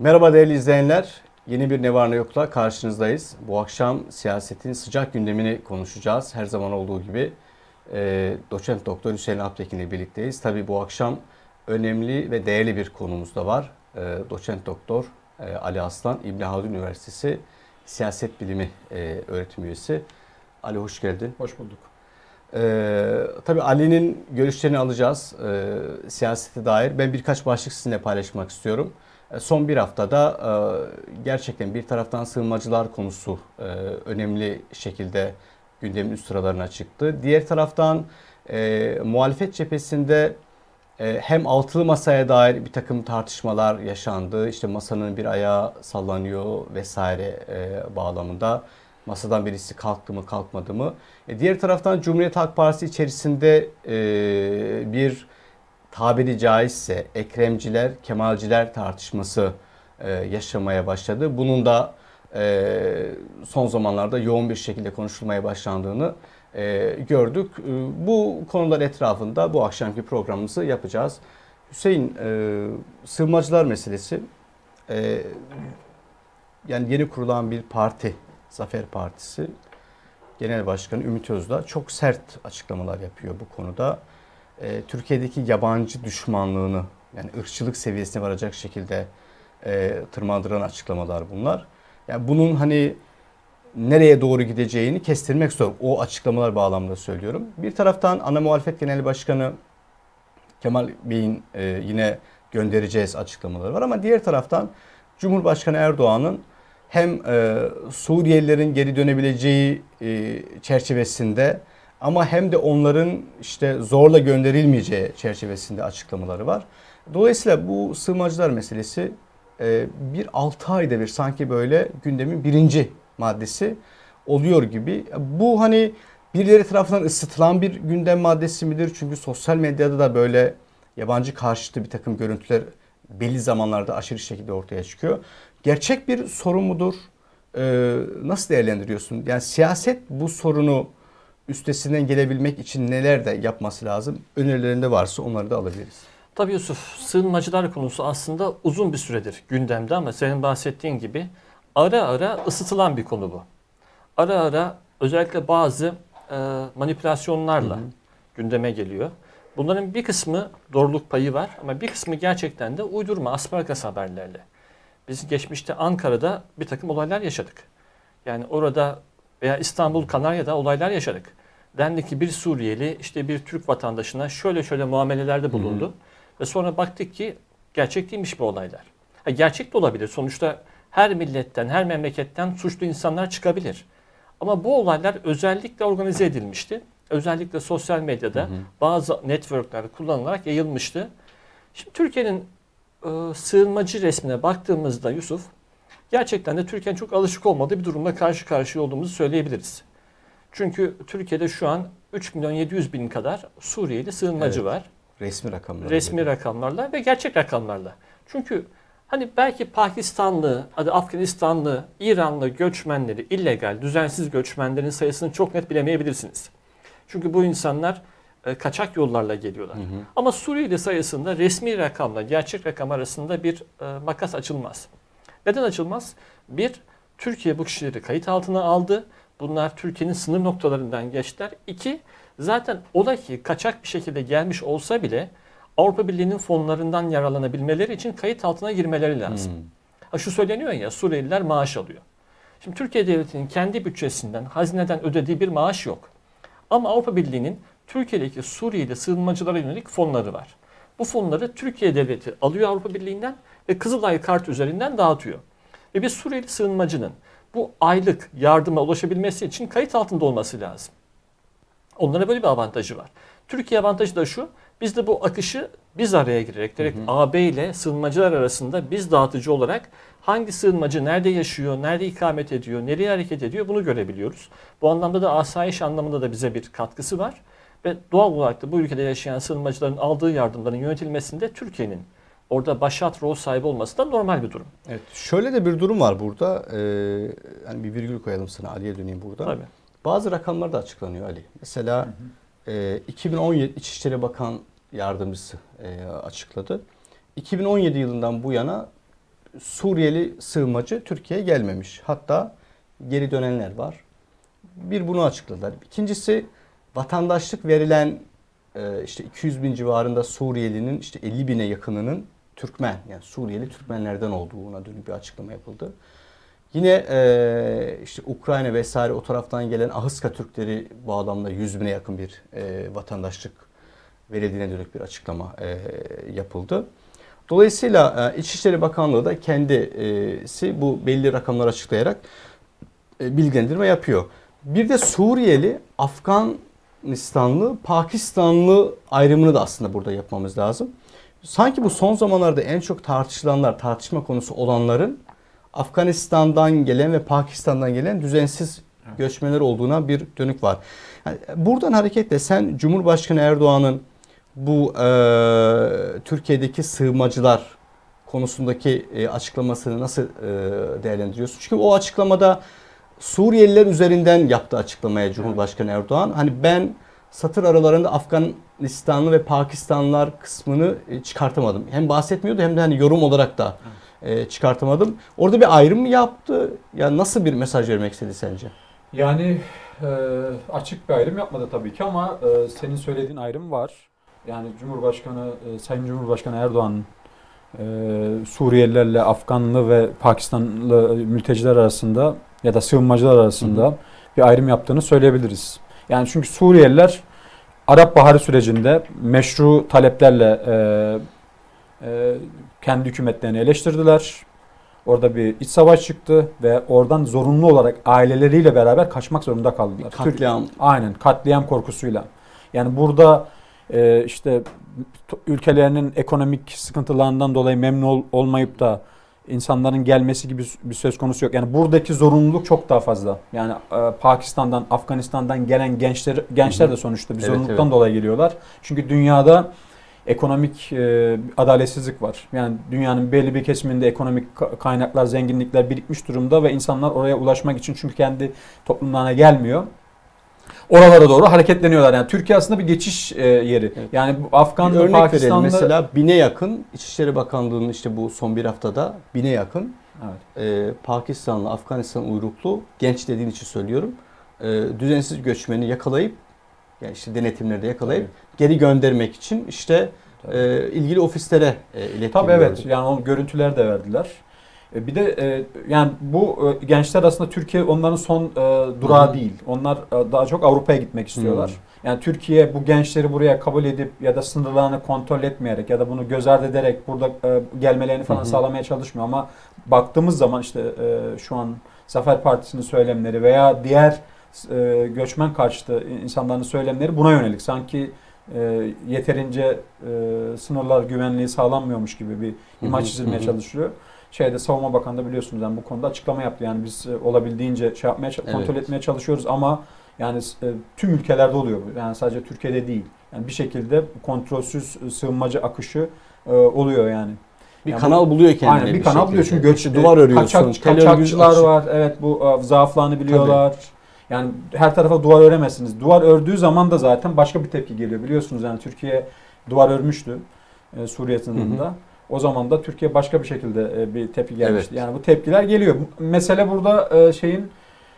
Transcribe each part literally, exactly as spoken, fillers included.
Merhaba değerli izleyenler. Yeni bir Ne Var Ne Yok'la karşınızdayız. Bu akşam siyasetin sıcak gündemini konuşacağız. Her zaman olduğu gibi e, doçent doktor Hüseyin Alptekin ile birlikteyiz. Tabii bu akşam önemli ve değerli bir konumuz da var. E, doçent doktor e, Ali Aslan, İbn Haldun Üniversitesi Siyaset Bilimi e, öğretim üyesi. Ali hoş geldin. Hoş bulduk. Ee, tabii Ali'nin görüşlerini alacağız e, siyasete dair. Ben birkaç başlık sizinle paylaşmak istiyorum. E, son bir haftada e, gerçekten bir taraftan sığınmacılar konusu e, önemli şekilde gündemin üst sıralarına çıktı. Diğer taraftan e, muhalefet cephesinde e, hem altılı masaya dair bir takım tartışmalar yaşandı. İşte masanın bir ayağı sallanıyor vesaire e, bağlamında. Masadan birisi kalktı mı kalkmadı mı? E diğer taraftan Cumhuriyet Halk Partisi içerisinde e, bir tabiri caizse Ekremciler, Kemalciler tartışması e, yaşamaya başladı. Bunun da e, son zamanlarda yoğun bir şekilde konuşulmaya başlandığını e, gördük. E, bu konular etrafında bu akşamki programımızı yapacağız. Hüseyin, e, sığınmacılar meselesi e, yani yeni kurulan bir parti, Zafer Partisi Genel Başkanı Ümit Özdağ çok sert açıklamalar yapıyor bu konuda. E, Türkiye'deki yabancı düşmanlığını yani ırkçılık seviyesine varacak şekilde e, tırmandıran açıklamalar bunlar. Yani bunun hani nereye doğru gideceğini kestirmek zor. O açıklamalar bağlamında söylüyorum. Bir taraftan ana muhalefet genel başkanı Kemal Bey'in e, yine göndereceğiz açıklamaları var ama diğer taraftan Cumhurbaşkanı Erdoğan'ın hem e, Suriyelilerin geri dönebileceği e, çerçevesinde ama hem de onların işte zorla gönderilmeyeceği çerçevesinde açıklamaları var. Dolayısıyla bu sığınmacılar meselesi e, bir altı ayda bir sanki böyle gündemin birinci maddesi oluyor gibi. Bu hani birileri tarafından ısıtılan bir gündem maddesi midir? Çünkü sosyal medyada da böyle yabancı karşıtı bir takım görüntüler belli zamanlarda aşırı şekilde ortaya çıkıyor. Gerçek bir sorun mudur? Ee, nasıl değerlendiriyorsun? Yani siyaset bu sorunu üstesinden gelebilmek için neler de yapması lazım? Önerilerinde varsa onları da alabiliriz. Tabii Yusuf, sığınmacılar konusu aslında uzun bir süredir gündemde ama senin bahsettiğin gibi ara ara ısıtılan bir konu bu. Ara ara özellikle bazı e, manipülasyonlarla hı hı. gündeme geliyor. Bunların bir kısmı doğruluk payı var ama bir kısmı gerçekten de uydurma, asparagas haberlerle. Biz geçmişte Ankara'da bir takım olaylar yaşadık. Yani orada veya İstanbul, Kanarya'da olaylar yaşadık. Dendi ki bir Suriyeli işte bir Türk vatandaşına şöyle şöyle muamelelerde bulundu. Hı hı. Ve sonra baktık ki gerçek değilmiş bu olaylar. Ha, gerçek de olabilir. Sonuçta her milletten, her memleketten suçlu insanlar çıkabilir. Ama bu olaylar özellikle organize edilmişti. Özellikle sosyal medyada hı hı. bazı networkler kullanılarak yayılmıştı. Şimdi Türkiye'nin e, sığınmacı resmine baktığımızda Yusuf, gerçekten de Türkiye'nin çok alışık olmadığı bir durumla karşı karşıya olduğumuzu söyleyebiliriz. Çünkü Türkiye'de şu an üç milyon yedi yüz bin kadar Suriyeli sığınmacı evet. var. Resmi rakamlarla. Resmi gibi. rakamlarla ve gerçek rakamlarla. Çünkü hani belki Pakistanlı, Afganistanlı, İranlı göçmenleri, illegal, düzensiz göçmenlerin sayısını çok net bilemeyebilirsiniz. Çünkü bu insanlar e, kaçak yollarla geliyorlar. Hı hı. Ama Suriyeli sayısında resmi rakamla gerçek rakam arasında bir e, makas açılmaz. Neden açılmaz? Bir, Türkiye bu kişileri kayıt altına aldı. Bunlar Türkiye'nin sınır noktalarından geçtiler. İki, zaten ola ki kaçak bir şekilde gelmiş olsa bile Avrupa Birliği'nin fonlarından yararlanabilmeleri için kayıt altına girmeleri lazım. Hmm. Ha, şu söyleniyor ya, Suriyeliler maaş alıyor. Şimdi Türkiye Devleti'nin kendi bütçesinden, hazineden ödediği bir maaş yok. Ama Avrupa Birliği'nin Türkiye'deki Suriyeli sığınmacılara yönelik fonları var. Bu fonları Türkiye Devleti alıyor Avrupa Birliği'nden ve Kızılay kart üzerinden dağıtıyor. Ve bir Suriyeli sığınmacının bu aylık yardıma ulaşabilmesi için kayıt altında olması lazım. Onlara böyle bir avantajı var. Türkiye avantajı da şu, biz de bu akışı biz araya girerek, direkt hı hı. A B ile sığınmacılar arasında biz dağıtıcı olarak hangi sığınmacı nerede yaşıyor, nerede ikamet ediyor, nereye hareket ediyor bunu görebiliyoruz. Bu anlamda da asayiş anlamında da bize bir katkısı var. Ve doğal olarak da bu ülkede yaşayan sığınmacıların aldığı yardımların yönetilmesinde Türkiye'nin orada başat rol sahibi olması da normal bir durum. Evet, şöyle de bir durum var burada. Ee, yani bir virgül koyalım sana, Ali'ye döneyim burada. Tabii. Bazı rakamlar da açıklanıyor Ali. Mesela hı hı. E, iki bin on yedi İçişleri Bakan Yardımcısı e, açıkladı. iki bin on yedi yılından bu yana Suriyeli sığınmacı Türkiye'ye gelmemiş. Hatta geri dönenler var. Bir bunu açıkladılar. İkincisi vatandaşlık verilen e, işte iki yüz bin civarında Suriyelinin işte elli bine yakınının Türkmen, yani Suriyeli Türkmenlerden olduğuna dönük bir açıklama yapıldı. Yine e, işte Ukrayna vesaire o taraftan gelen Ahıska Türkleri bağlamda yüz bine yakın bir e, vatandaşlık verildiğine dönük bir açıklama e, yapıldı. Dolayısıyla e, İçişleri Bakanlığı da kendisi bu belli rakamlar açıklayarak e, bilgilendirme yapıyor. Bir de Suriyeli, Afganistanlı, Pakistanlı ayrımını da aslında burada yapmamız lazım. Sanki bu son zamanlarda en çok tartışılanlar, tartışma konusu olanların Afganistan'dan gelen ve Pakistan'dan gelen düzensiz göçmenler olduğuna bir dönük var. Yani buradan hareketle sen Cumhurbaşkanı Erdoğan'ın bu e, Türkiye'deki sığınmacılar konusundaki e, açıklamasını nasıl e, değerlendiriyorsun? Çünkü o açıklamada Suriyeliler üzerinden yaptığı açıklamaya Cumhurbaşkanı Erdoğan, hani ben satır aralarında Afganistanlı ve Pakistanlılar kısmını e, çıkartamadım. Hem bahsetmiyordu hem de hani yorum olarak da e, çıkartamadım. Orada bir ayrım mı yaptı? Ya nasıl bir mesaj vermek istedi sence? Yani e, açık bir ayrım yapmadı tabii ki ama e, senin söylediğin ayrım var. Yani Cumhurbaşkanı, e, Sayın Cumhurbaşkanı Erdoğan'ın e, Suriyelilerle Afganlı ve Pakistanlı mülteciler arasında ya da sığınmacılar arasında hı hı. bir ayrım yaptığını söyleyebiliriz. Yani çünkü Suriyeliler Arap Baharı sürecinde meşru taleplerle e, e, kendi hükümetlerini eleştirdiler. Orada bir iç savaş çıktı ve oradan zorunlu olarak aileleriyle beraber kaçmak zorunda kaldılar. Bir katliam. Türk, aynen katliam korkusuyla. Yani burada e, işte ülkelerinin ekonomik sıkıntılarından dolayı memnun ol, olmayıp da insanların gelmesi gibi bir söz konusu yok. Yani buradaki zorunluluk çok daha fazla. Yani e, Pakistan'dan, Afganistan'dan gelen gençler gençler de sonuçta bir evet, zorunluluktan evet. dolayı geliyorlar. Çünkü dünyada ekonomik e, adaletsizlik var. Yani dünyanın belli bir kesiminde ekonomik kaynaklar, zenginlikler birikmiş durumda ve insanlar oraya ulaşmak için çünkü kendi toplumlarına gelmiyor. Oralara doğru hareketleniyorlar. Yani Türkiye aslında bir geçiş e, yeri. Evet. Yani bu Afganlı, örnek Pakistanlı... verelim. Mesela bine yakın İçişleri Bakanlığı'nın işte bu son bir haftada bine yakın evet. e, Pakistanlı, Afganistan uyruklu genç dediğin için söylüyorum. E, düzensiz göçmeni yakalayıp yani işte denetimlerde yakalayıp Tabii. geri göndermek için işte e, ilgili ofislere e, iletiliyor. Tabii evet. Yani o görüntüler de verdiler. Bir de e, yani bu e, gençler aslında Türkiye onların son e, durağı Hı-hı. değil. Onlar e, daha çok Avrupa'ya gitmek istiyorlar. Hı-hı. Yani Türkiye bu gençleri buraya kabul edip ya da sınırlarını kontrol etmeyerek ya da bunu göz ardı ederek burada e, gelmelerini falan Hı-hı. sağlamaya çalışmıyor. Ama baktığımız zaman işte e, şu an Zafer Partisi'nin söylemleri veya diğer e, göçmen karşıtı insanların söylemleri buna yönelik. Sanki e, yeterince e, sınırlar güvenliği sağlanmıyormuş gibi bir imaj çizilmeye çalışılıyor. Şeyde Savunma Bakanı da biliyorsunuz yani bu konuda açıklama yaptı. Yani biz e, olabildiğince şey yapmaya kontrol evet. etmeye çalışıyoruz ama yani e, tüm ülkelerde oluyor bu. Yani sadece Türkiye'de değil. Yani bir şekilde kontrolsüz sığınmacı akışı e, oluyor yani. Bir yani kanal bu, buluyor kendine. Aynen bir, bir kanal buluyor çünkü göç duvar örüyorsun. Kaçak, kaçakçılar var. Evet bu e, zaaflarını biliyorlar. Tabii. Yani her tarafa duvar öremezsiniz. Duvar ördüğü zaman da zaten başka bir tepki geliyor. Biliyorsunuz yani Türkiye duvar örmüştü e, Suriye sınırında. Hı hı. O zaman da Türkiye başka bir şekilde bir tepki gelmişti. Evet. Yani bu tepkiler geliyor. Mesele burada şeyin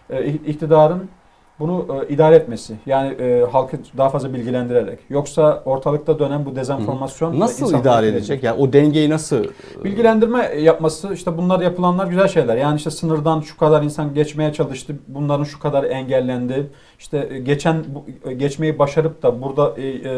iktidarın bunu idare etmesi. Yani halkı daha fazla bilgilendirerek. Yoksa ortalıkta dönen bu dezenformasyon nasıl idare edecek? Yani o dengeyi nasıl bilgilendirme yapması işte bunlar yapılanlar güzel şeyler. Yani işte sınırdan şu kadar insan geçmeye çalıştı. Bunların şu kadar engellendi. İşte geçen geçmeyi başarıp da burada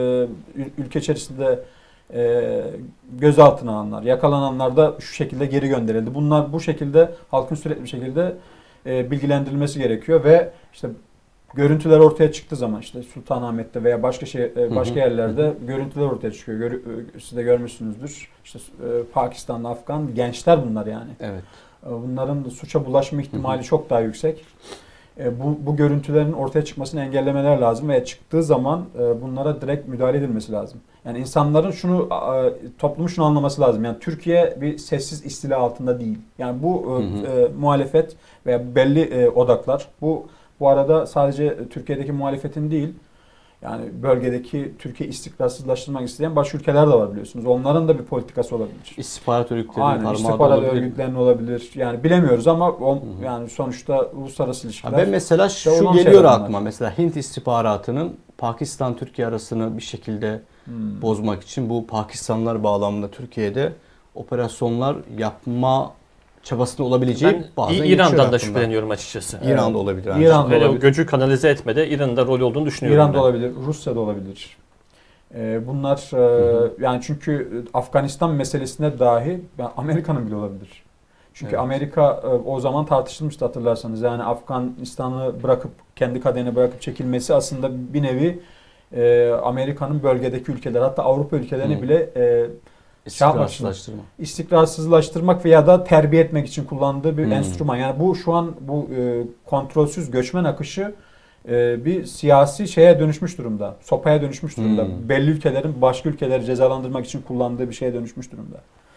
ülke içerisinde E, gözaltına alanlar, yakalananlar da şu şekilde geri gönderildi. Bunlar bu şekilde halkın sürekli bir şekilde e, bilgilendirilmesi gerekiyor ve işte görüntüler ortaya çıktığı zaman işte Sultanahmet'te veya başka şey e, başka yerlerde hı hı. görüntüler ortaya çıkıyor. Gör, siz de görmüşsünüzdür. İşte e, Pakistanlı, Afgan gençler bunlar yani. Evet. E, bunların suça bulaşma ihtimali hı hı. çok daha yüksek. Bu, bu görüntülerin ortaya çıkmasını engellemeler lazım ve çıktığı zaman e, bunlara direkt müdahale edilmesi lazım. Yani insanların şunu, e, toplumun şunu anlaması lazım. Yani Türkiye bir sessiz istila altında değil. Yani bu e, hı hı. E, muhalefet veya belli e, odaklar, bu bu arada sadece Türkiye'deki muhalefetin değil, Yani bölgedeki Türkiye istikrarsızlaştırmak isteyen başka ülkeler de var biliyorsunuz. Onların da bir politikası olabilir. İstihbarat örgütleri, Aynen, istihbarat örgütlerinin olabilir. Yani bilemiyoruz ama o, hı hı. yani sonuçta uluslararası ilişkiler. Ben mesela şu geliyor aklıma. Mesela Hint istihbaratının Pakistan-Türkiye arasını bir şekilde hmm. bozmak için bu Pakistanlılar bağlamında Türkiye'de operasyonlar yapma çabasında olabileceği ben bazen İran'dan da şüpheleniyorum açıkçası. İran'da evet. olabilir. Yani. İran'da Böyle olabilir. Göcü kanalize etmede İran'da rol olduğunu düşünüyorum. İran'da ben. olabilir, Rusya'da olabilir. Ee, bunlar e, hı hı. yani çünkü Afganistan meselesine dahi Amerika'nın bile olabilir. Çünkü evet. Amerika o zaman tartışılmıştı hatırlarsanız. Yani Afganistan'ı bırakıp kendi kaderine bırakıp çekilmesi aslında bir nevi e, Amerika'nın bölgedeki ülkeler hatta Avrupa ülkelerini hmm. bile e, istikrarsızlaştırmak. istikrarsızlaştırmak veya da terbiye etmek için kullandığı bir hmm. enstrüman. Yani bu şu an bu e, kontrolsüz göçmen akışı e, bir siyasi şeye dönüşmüş durumda. Sopaya dönüşmüş durumda. Hmm. Belli ülkelerin başka ülkeleri cezalandırmak için kullandığı bir şeye dönüşmüş durumda.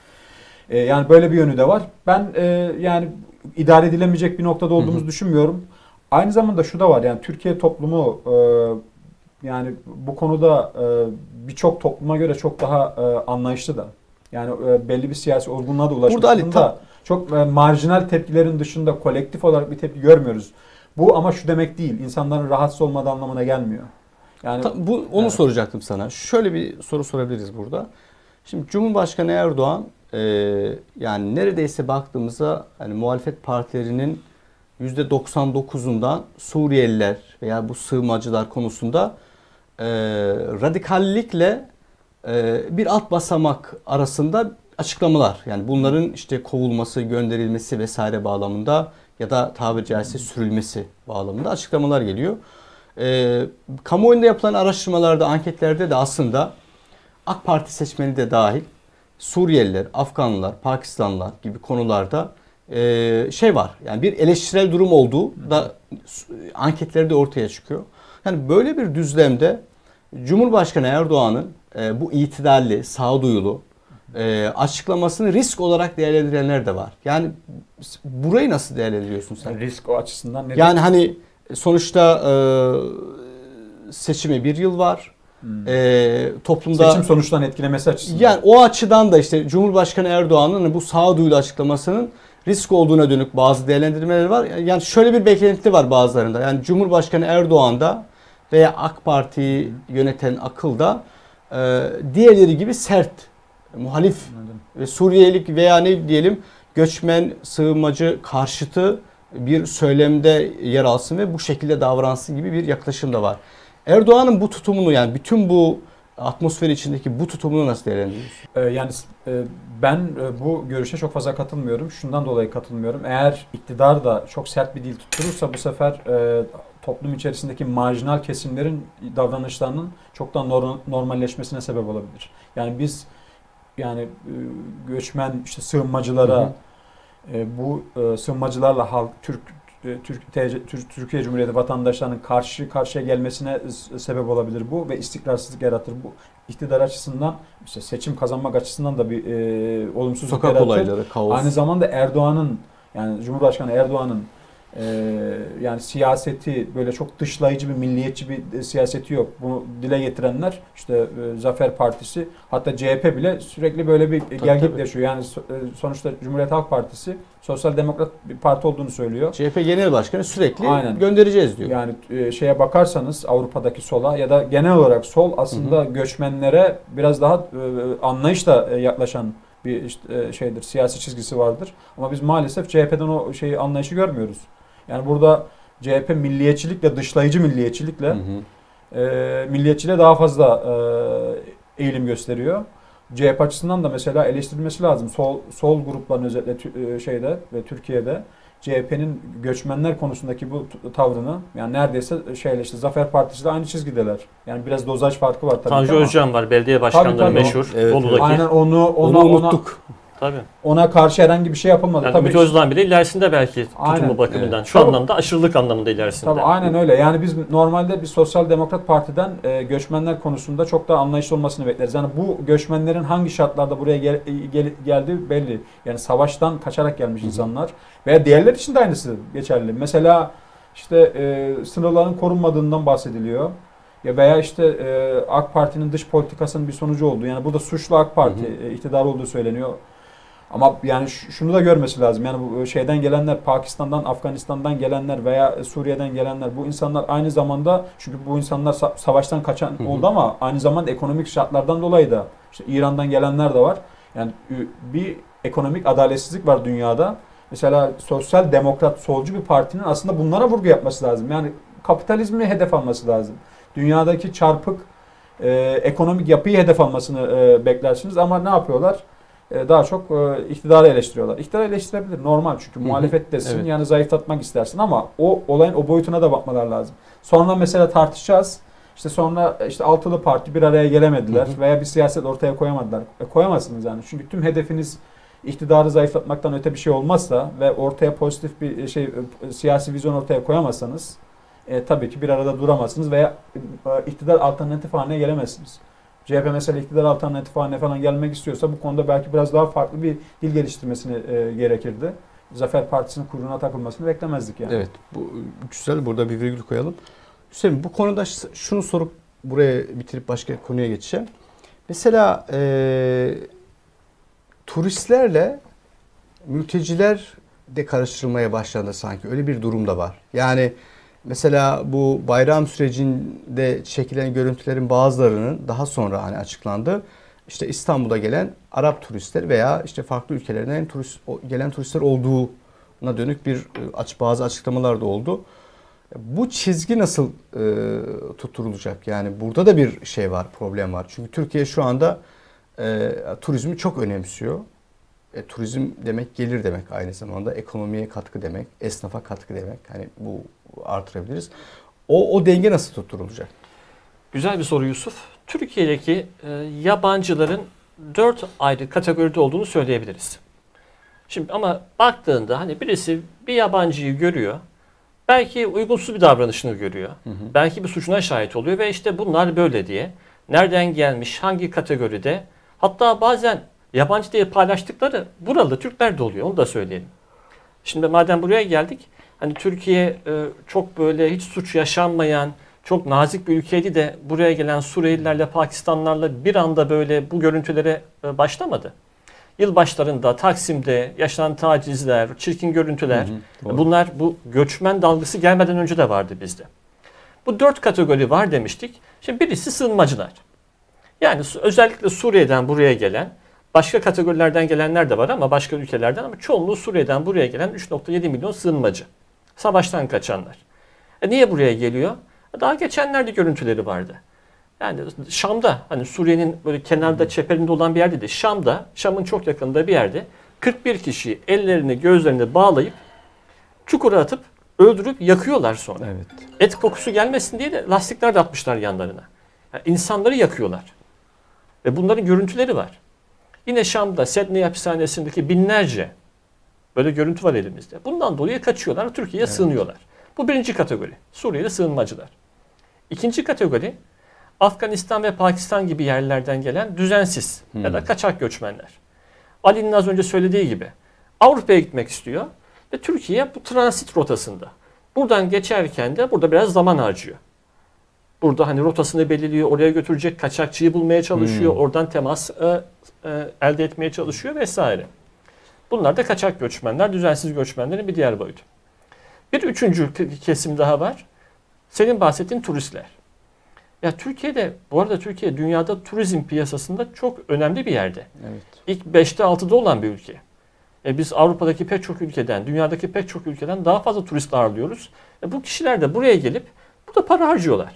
Yani böyle bir yönü de var. Ben e, yani idare edilemeyecek bir noktada olduğumuzu hı hı. düşünmüyorum. Aynı zamanda şu da var. Yani Türkiye toplumu e, yani bu konuda e, birçok topluma göre çok daha e, anlayışlı da. Yani e, belli bir siyasi olgunluğa da ulaşmış durumda. Çok e, marjinal tepkilerin dışında kolektif olarak bir tepki görmüyoruz. Bu ama şu demek değil. İnsanların rahatsız olmadığı anlamına gelmiyor. Yani Ta, bu onu evet. soracaktım sana. Şöyle bir soru sorabiliriz burada. Şimdi Cumhurbaşkanı Erdoğan Ee, yani neredeyse baktığımızda hani muhalefet partilerinin yüzde doksan dokuzundan Suriyeliler veya bu sığınmacılar konusunda e, radikallikle e, bir alt basamak arasında açıklamalar. Yani bunların işte kovulması, gönderilmesi vesaire bağlamında ya da tabiri caizse sürülmesi bağlamında açıklamalar geliyor. E, kamuoyunda yapılan araştırmalarda, anketlerde de aslında AK Parti seçmeni de dahil Suriyeliler, Afganlılar, Pakistanlılar gibi konularda e, şey var. Yani bir eleştirel durum olduğu da anketlerde ortaya çıkıyor. Yani böyle bir düzlemde Cumhurbaşkanı Erdoğan'ın e, bu itidalli, sağduyulu e, açıklamasını risk olarak değerlendirenler de var. Yani burayı nasıl değerlendiriyorsun sen? Risk o açısından ne? Yani hani sonuçta e, seçime bir yıl var. Hmm. E, toplumda seçim sonuçlarını etkilemesi açısından. Yani o açıdan da işte Cumhurbaşkanı Erdoğan'ın bu sağduyulu açıklamasının risk olduğuna dönük bazı değerlendirmeler var. Yani şöyle bir beklenti var bazılarında. Yani Cumhurbaşkanı Erdoğan'da veya AK Parti'yi yöneten akılda e, diğerleri gibi sert, muhalif ve Suriyelik veya ne diyelim göçmen, sığınmacı karşıtı bir söylemde yer alsın ve bu şekilde davransın gibi bir yaklaşım da var. Erdoğan'ın bu tutumunu yani bütün bu atmosfer içindeki bu tutumunu nasıl değerlendiriyorsun? Ee, yani e, ben e, bu görüşe çok fazla katılmıyorum. Şundan dolayı katılmıyorum. Eğer iktidar da çok sert bir dil tutturursa bu sefer e, toplum içerisindeki marjinal kesimlerin davranışlarının çoktan norm, normalleşmesine sebep olabilir. Yani biz yani e, göçmen işte sığınmacılara hı hı. E, bu e, sığınmacılarla halk Türk Türkiye Cumhuriyeti vatandaşlarının karşı karşıya gelmesine sebep olabilir bu ve istikrarsızlık yaratır. Bu iktidar açısından işte seçim kazanmak açısından da bir e, olumsuzluk sokak yaratır. Olayları, kaos. Aynı zamanda Erdoğan'ın yani Cumhurbaşkanı Erdoğan'ın e, yani siyaseti böyle çok dışlayıcı bir milliyetçi bir e, siyaseti yok. Bunu dile getirenler işte e, Zafer Partisi hatta C H P bile sürekli böyle bir gerginlik yaşıyor. Yani so, e, sonuçta Cumhuriyet Halk Partisi Sosyal Demokrat bir parti olduğunu söylüyor. C H P Genel Başkanı sürekli Aynen. göndereceğiz diyor. Yani e, şeye bakarsanız Avrupa'daki sola ya da genel olarak sol aslında hı hı. göçmenlere biraz daha e, anlayışla e, yaklaşan bir işte, e, şeydir, siyasi çizgisi vardır. Ama biz maalesef C H P'den o şeyi anlayışı görmüyoruz. Yani burada C H P milliyetçilikle, dışlayıcı milliyetçilikle hı hı. E, milliyetçiliğe daha fazla e, eğilim gösteriyor. C H P açısından da mesela eleştirilmesi lazım. Sol sol grupların özellikle şeyde ve Türkiye'de C H P'nin göçmenler konusundaki bu tavrını yani neredeyse şeyle işte Zafer Partisi de aynı çizgideler. Yani biraz dozaj farkı var tabii. Tanju Özcan var, belediye başkanları tabii, tabii. meşhur. Evet, Bolu'daki. Aynen onu ona, onu unuttuk. Ona, Tabii. Ona karşı herhangi bir şey yapılmadı. Yani tabii Ümit Özdağ bile ilerisinde belki tutumu aynen. bakımından. Evet. Şu tabii. anlamda aşırılık anlamında ilerisinde. Tabii aynen öyle. Yani biz normalde bir Sosyal Demokrat Parti'den e, göçmenler konusunda çok daha anlayışlı olmasını bekleriz. Yani bu göçmenlerin hangi şartlarda buraya gel, gel, geldiği belli. Yani savaştan kaçarak gelmiş Hı-hı. insanlar. Veya diğerler için de aynısı geçerli. Mesela işte e, sınırların korunmadığından bahsediliyor. ya veya işte e, AK Parti'nin dış politikasının bir sonucu oldu. Yani burada suçlu AK Parti hı hı. E, iktidar olduğu söyleniyor. Ama yani şunu da görmesi lazım. Yani bu şeyden gelenler, Pakistan'dan, Afganistan'dan gelenler veya Suriye'den gelenler, bu insanlar aynı zamanda, çünkü bu insanlar savaştan kaçan hı hı. oldu ama aynı zamanda ekonomik şartlardan dolayı da işte İran'dan gelenler de var. Yani bir ekonomik adaletsizlik var dünyada. Mesela sosyal demokrat, solcu bir partinin aslında bunlara vurgu yapması lazım. Yani kapitalizmi hedef alması lazım. Dünyadaki çarpık e, ekonomik yapıyı hedef almasını e, beklersiniz ama ne yapıyorlar? E, daha çok e, iktidarı eleştiriyorlar. İktidarı eleştirebilir, normal, çünkü hı hı. muhalefet desin, evet. Yani zayıflatmak istersin ama o olayın o boyutuna da bakmalar lazım. Sonra mesela tartışacağız. İşte sonra işte altılı parti bir araya gelemediler hı hı. veya bir siyaset ortaya koyamadılar. E, koyamazsınız yani. Çünkü tüm hedefiniz iktidarı zayıflatmaktan öte bir şey olmazsa ve ortaya pozitif bir şey, siyasi vizyon ortaya koyamazsanız e, tabii ki bir arada duramazsınız veya e, iktidar alternatif haline gelemezsiniz. C H P mesela iktidar alternatif haline falan gelmek istiyorsa bu konuda belki biraz daha farklı bir dil geliştirmesini e, gerekirdi. Zafer Partisi'nin kuyruğuna takılmasını beklemezdik yani. Evet, bu güzel, burada bir virgül koyalım. Hüseyin, bu konuda şunu sorup buraya bitirip başka konuya geçeceğim. Mesela e, turistlerle mülteciler de karıştırılmaya başlandı sanki. Öyle bir durum da var. Yani mesela bu bayram sürecinde çekilen görüntülerin bazılarının daha sonra hani açıklandı. İşte İstanbul'a gelen Arap turistler veya işte farklı ülkelerden turist, gelen turistler olduğuna dönük bir aç bazı açıklamalar da oldu. Bu çizgi nasıl e, tutturulacak? Yani burada da bir şey var, problem var. Çünkü Türkiye şu anda e, turizmi çok önemsiyor. E, turizm demek gelir demek, aynı zamanda ekonomiye katkı demek, esnafa katkı demek. Hani bu artırabiliriz. O, o denge nasıl tutturulacak? Güzel bir soru Yusuf. Türkiye'deki e, yabancıların dört ayrı kategoride olduğunu söyleyebiliriz. Şimdi ama baktığında hani birisi bir yabancıyı görüyor. Belki uygunsuz bir davranışını görüyor. Hı hı. Belki bir suçuna şahit oluyor ve işte bunlar böyle diye. Nereden gelmiş, hangi kategoride? Hatta bazen yabancı diye paylaştıkları buralı Türkler de oluyor. Onu da söyleyelim. Şimdi madem buraya geldik, hani Türkiye e, çok böyle hiç suç yaşanmayan, çok nazik bir ülkeydi de buraya gelen Suriyelilerle, Pakistanlarla bir anda böyle bu görüntülere e, başlamadı. Yılbaşlarında Taksim'de yaşanan tacizler, çirkin görüntüler, hı hı, bunlar bu göçmen dalgası gelmeden önce de vardı bizde. Bu dört kategori var demiştik. Şimdi birisi sığınmacılar. Yani özellikle Suriye'den buraya gelen, başka kategorilerden gelenler de var ama başka ülkelerden, ama çoğunluğu Suriye'den buraya gelen üç nokta yedi milyon sığınmacı. Savaştan kaçanlar. E niye buraya geliyor? Daha geçenlerde görüntüleri vardı. Yani Şam'da, hani Suriye'nin böyle kenarda, çeperinde olan bir yerde de, Şam'da, Şam'ın çok yakında bir yerde kırk bir kişiyi ellerini gözlerini bağlayıp çukura atıp öldürüp yakıyorlar sonra. Evet. Et kokusu gelmesin diye de lastikler de atmışlar yanlarına. Yani insanları yakıyorlar. Ve bunların görüntüleri var. Yine Şam'da Sedney hapishanesindeki binlerce böyle görüntü var elimizde. Bundan dolayı kaçıyorlar, Türkiye'ye evet. sığınıyorlar. Bu birinci kategori. Suriyeli sığınmacılar. İkinci kategori Afganistan ve Pakistan gibi yerlerden gelen düzensiz hmm. ya da kaçak göçmenler. Ali'nin az önce söylediği gibi Avrupa'ya gitmek istiyor ve Türkiye bu transit rotasında. Buradan geçerken de burada biraz zaman harcıyor. Burada hani rotasını belirliyor, oraya götürecek kaçakçıyı bulmaya çalışıyor, hmm. oradan temas e, e, elde etmeye çalışıyor vesaire. Bunlar da kaçak göçmenler, düzensiz göçmenlerin bir diğer boyutu. Bir üçüncü kesim daha var. Senin bahsettiğin turistler. Ya Türkiye'de, bu arada Türkiye dünyada turizm piyasasında çok önemli bir yerde. Evet. İlk beşte altıda olan bir ülke. E biz Avrupa'daki pek çok ülkeden, dünyadaki pek çok ülkeden daha fazla turist ağırlıyoruz. E bu kişiler de buraya gelip burada para harcıyorlar.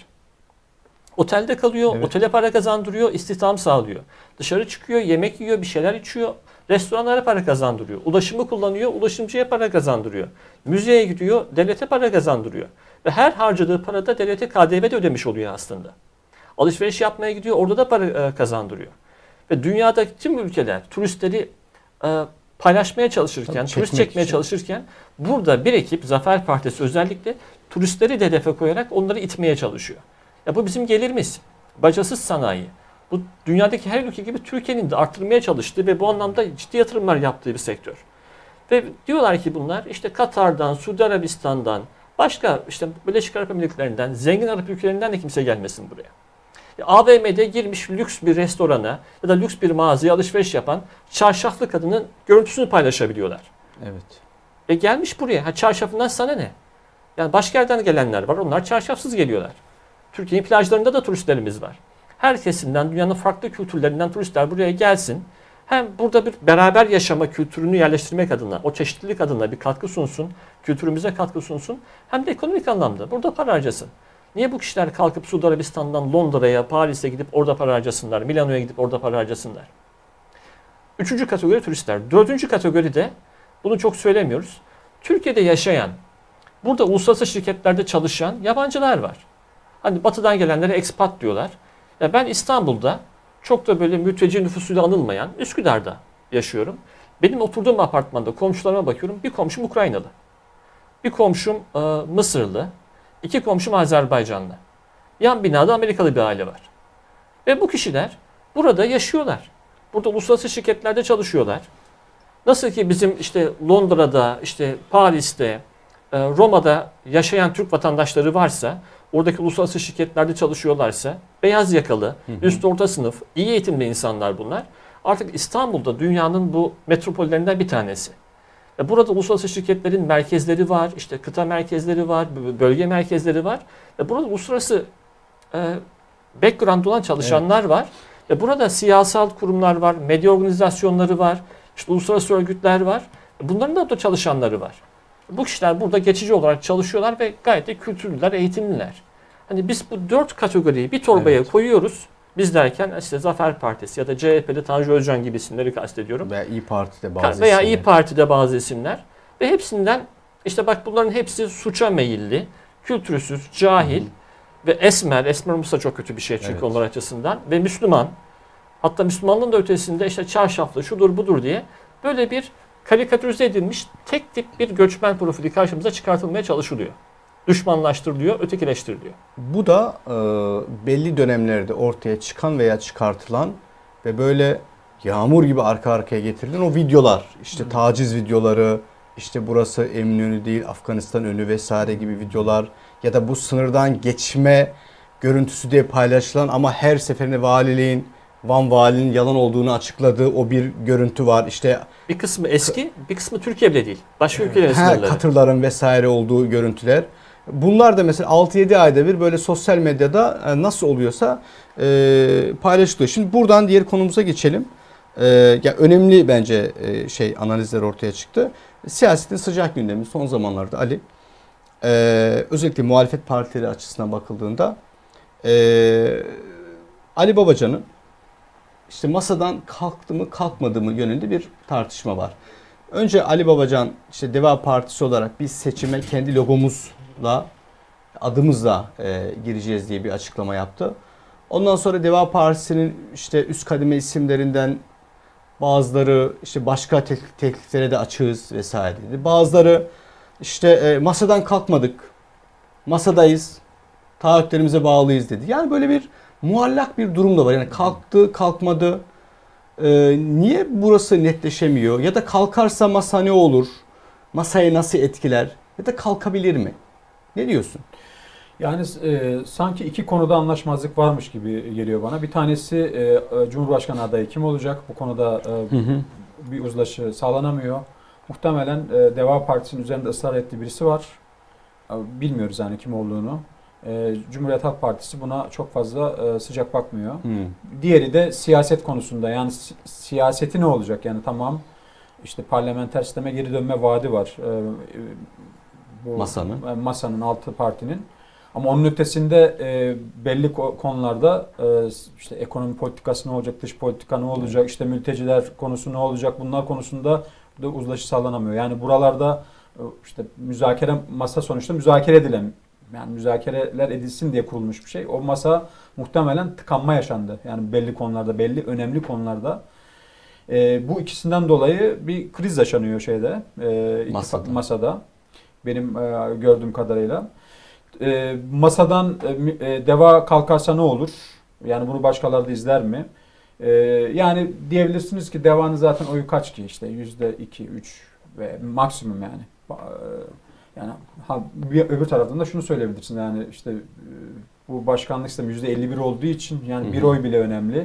Otelde kalıyor, evet. otele para kazandırıyor, istihdam sağlıyor. Dışarı çıkıyor, yemek yiyor, bir şeyler içiyor. Restoranlara para kazandırıyor. Ulaşımı kullanıyor, ulaşımcıya para kazandırıyor. Müzeye gidiyor, devlete para kazandırıyor. Ve her harcadığı parada devlete K D V de ödemiş oluyor aslında. Alışveriş yapmaya gidiyor, orada da para kazandırıyor. Ve dünyadaki tüm ülkeler turistleri paylaşmaya çalışırken, tabii, turist çekmeye için. çalışırken burada bir ekip, Zafer Partisi özellikle turistleri de hedefe koyarak onları itmeye çalışıyor. Ya bu bizim gelirimiz. Bacasız sanayi. Bu dünyadaki her ülke gibi Türkiye'nin de arttırmaya çalıştığı ve bu anlamda ciddi yatırımlar yaptığı bir sektör. Ve diyorlar ki bunlar işte Katar'dan, Suudi Arabistan'dan, Başka işte Birleşik Arap Emirlikleri'nden, zengin Arap ülkelerinden de kimse gelmesin buraya. A V M'de girmiş lüks bir restorana ya da lüks bir mağazaya alışveriş yapan çarşaflı kadının görüntüsünü paylaşabiliyorlar. Evet. E gelmiş buraya. Ha, çarşafından sana ne? Yani başka yerden gelenler var. Onlar çarşafsız geliyorlar. Türkiye'nin plajlarında da turistlerimiz var. Her kesimden, dünyanın farklı kültürlerinden turistler buraya gelsin. Hem burada bir beraber yaşama kültürünü yerleştirmek adına, o çeşitlilik adına bir katkı sunsun, kültürümüze katkı sunsun. Hem de ekonomik anlamda burada para harcasın. Niye bu kişiler kalkıp Suudi Arabistan'dan Londra'ya, Paris'e gidip orada para harcasınlar, Milano'ya gidip orada para harcasınlar? Üçüncü kategori turistler. Dördüncü kategori de, bunu çok söylemiyoruz, Türkiye'de yaşayan, burada uluslararası şirketlerde çalışan yabancılar var. Hani batıdan gelenlere expat diyorlar. Ya ben İstanbul'da çok da böyle mülteci nüfusuyla anılmayan Üsküdar'da yaşıyorum. Benim oturduğum apartmanda komşularıma bakıyorum. Bir komşum Ukraynalı. Bir komşum e, Mısırlı. İki komşum Azerbaycanlı. Yan binada Amerikalı bir aile var. Ve bu kişiler burada yaşıyorlar. Burada uluslararası şirketlerde çalışıyorlar. Nasıl ki bizim işte Londra'da, işte Paris'te, e, Roma'da yaşayan Türk vatandaşları varsa, oradaki uluslararası şirketlerde çalışıyorlarsa, beyaz yakalı, hı hı. üst orta sınıf, iyi eğitimli insanlar bunlar. Artık İstanbul'da dünyanın bu metropollerinden bir tanesi. Ve burada uluslararası şirketlerin merkezleri var, işte kıta merkezleri var, bölge merkezleri var. Ve burada uluslararası e, background olan çalışanlar evet. var. Ve burada siyasal kurumlar var, medya organizasyonları var, işte uluslararası örgütler var. Bunların da burada çalışanları var. Bu kişiler burada geçici olarak çalışıyorlar ve gayet de kültürlüler, eğitimliler. Hani biz bu dört kategoriyi bir torbaya evet. koyuyoruz. Biz derken işte Zafer Partisi ya da C H P'li Tanju Özcan gibi isimleri kastediyorum. Veya İYİ Parti'de bazı Veya isimler. İYİ Parti'de bazı isimler. Ve hepsinden işte bak bunların hepsi suça meyilli, kültürsüz, cahil Hı-hı. ve esmer. Esmer olursa çok kötü bir şey çünkü evet. onlar açısından. Ve Müslüman. Hatta Müslümanlığın da ötesinde işte çarşaflı, şudur budur diye böyle bir karikatürize edilmiş tek tip bir göçmen profili karşımıza çıkartılmaya çalışılıyor. Düşmanlaştırılıyor, ötekileştiriliyor. Bu da e, belli dönemlerde ortaya çıkan veya çıkartılan ve böyle yağmur gibi arka arkaya getirilen o videolar. İşte Hı. taciz videoları, işte burası Eminönü değil Afganistan önü vesaire gibi videolar ya da bu sınırdan geçme görüntüsü diye paylaşılan ama her seferinde valiliğin, Van valinin yalan olduğunu açıkladığı o bir görüntü var. İşte bir kısmı eski, bir kısmı Türkiye bile değil. Başka ülkelerin sınırları. Katırların vesaire olduğu görüntüler. Bunlar da mesela altı yedi ayda bir böyle sosyal medyada nasıl oluyorsa e, paylaşılıyor. Şimdi buradan diğer konumuza geçelim. E, ya önemli bence e, şey analizler ortaya çıktı. Siyasetin sıcak gündemi son zamanlarda Ali. E, özellikle muhalefet partileri açısından bakıldığında e, Ali Babacan'ın işte masadan kalktı mı kalkmadı mı yönünde bir tartışma var. Önce Ali Babacan işte Deva Partisi olarak biz seçime kendi logomuzla adımızla e, gireceğiz diye bir açıklama yaptı. Ondan sonra Deva Partisi'nin işte üst kademe isimlerinden bazıları işte başka teklif, tekliflere de açığız vesaire dedi. Bazıları işte e, masadan kalkmadık, masadayız, taahhütlerimize bağlıyız dedi. Yani böyle bir muallak bir durum da var. Yani kalktı, kalkmadı. Ee, niye burası netleşemiyor? Ya da kalkarsa masa ne olur? Masayı nasıl etkiler? Ya da kalkabilir mi? Ne diyorsun? Yani e, sanki iki konuda anlaşmazlık varmış gibi geliyor bana. Bir tanesi e, Cumhurbaşkanı adayı kim olacak? Bu konuda e, hı hı. bir uzlaşı sağlanamıyor. Muhtemelen e, Deva Partisi'nin üzerinde ısrar ettiği birisi var. E, bilmiyoruz yani kim olduğunu. E, Cumhuriyet Halk Partisi buna çok fazla e, sıcak bakmıyor. Hmm. Diğeri de siyaset konusunda. Yani si- siyaseti ne olacak? Yani tamam işte parlamenter sisteme geri dönme vaadi var. E, bu masanın. E, masanın altı partinin. Ama onun ötesinde e, belli konularda e, işte ekonomi politikası ne olacak, dış politika ne olacak, hmm. işte mülteciler konusu ne olacak, bunlar konusunda da uzlaşı sağlanamıyor. Yani buralarda e, işte müzakere masa sonuçta müzakere edilen, yani müzakereler edilsin diye kurulmuş bir şey. O masa muhtemelen tıkanma yaşandı. Yani belli konularda, belli önemli konularda. E, bu ikisinden dolayı bir kriz yaşanıyor şeyde, e, masada. masada. Benim e, gördüğüm kadarıyla. E, masadan e, Deva kalkarsa ne olur? Yani bunu başkaları da izler mi? E, yani diyebilirsiniz ki Deva'nın zaten oyu kaç ki? İşte yüzde iki, üç ve maksimum yani. Yani ha, bir, öbür taraftan da şunu söyleyebilirsin. Yani işte e, bu başkanlık sistemi yüzde elli bir olduğu için yani bir oy bile önemli.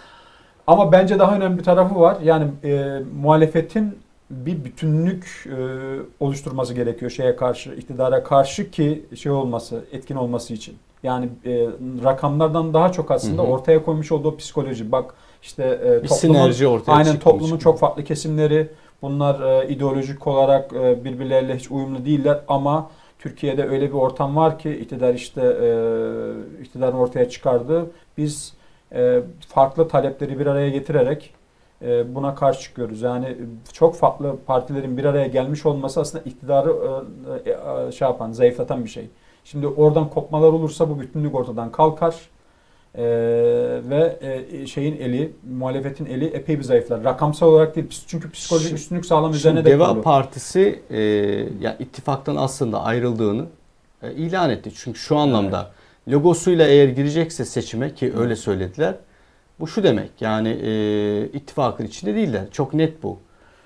Ama bence daha önemli bir tarafı var. Yani e, muhalefetin bir bütünlük e, oluşturması gerekiyor şeye karşı, iktidara karşı ki şey olması, etkin olması için. Yani e, rakamlardan daha çok aslında hı hı. ortaya koymuş olduğu psikoloji. Bak işte e, bir toplumun, sinerji ortaya aynen çıkmış. toplumun çok farklı kesimleri, bunlar e, ideolojik olarak e, birbirleriyle hiç uyumlu değiller ama Türkiye'de öyle bir ortam var ki iktidar işte e, iktidarın ortaya çıkardığı biz e, farklı talepleri bir araya getirerek e, buna karşı çıkıyoruz. Yani çok farklı partilerin bir araya gelmiş olması aslında iktidarı e, e, şey yapan, zayıflatan bir şey. Şimdi oradan kopmalar olursa bu bütünlük ortadan kalkar. Ee, ve e, şeyin eli, muhalefetin eli epey bir zayıflar. Rakamsal olarak değil. Çünkü psikolojik Şimdi, üstünlük sağlam üzerine de Deva kurulu. Partisi e, yani ittifaktan aslında ayrıldığını e, ilan etti. Çünkü şu anlamda evet. logosuyla eğer girecekse seçime ki öyle söylediler. Bu şu demek yani e, ittifakın içinde değiller. Çok net bu.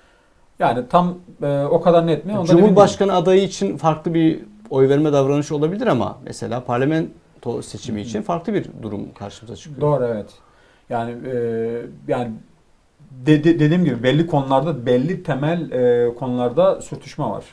Yani tam e, o kadar net mi? Ondan Cumhurbaşkanı adayı için farklı bir oy verme davranışı olabilir ama mesela parlamento seçimi için farklı bir durum karşımıza çıkıyor. Doğru evet. Yani e, yani de, de, dediğim gibi belli konularda belli temel e, konularda sürtüşme var.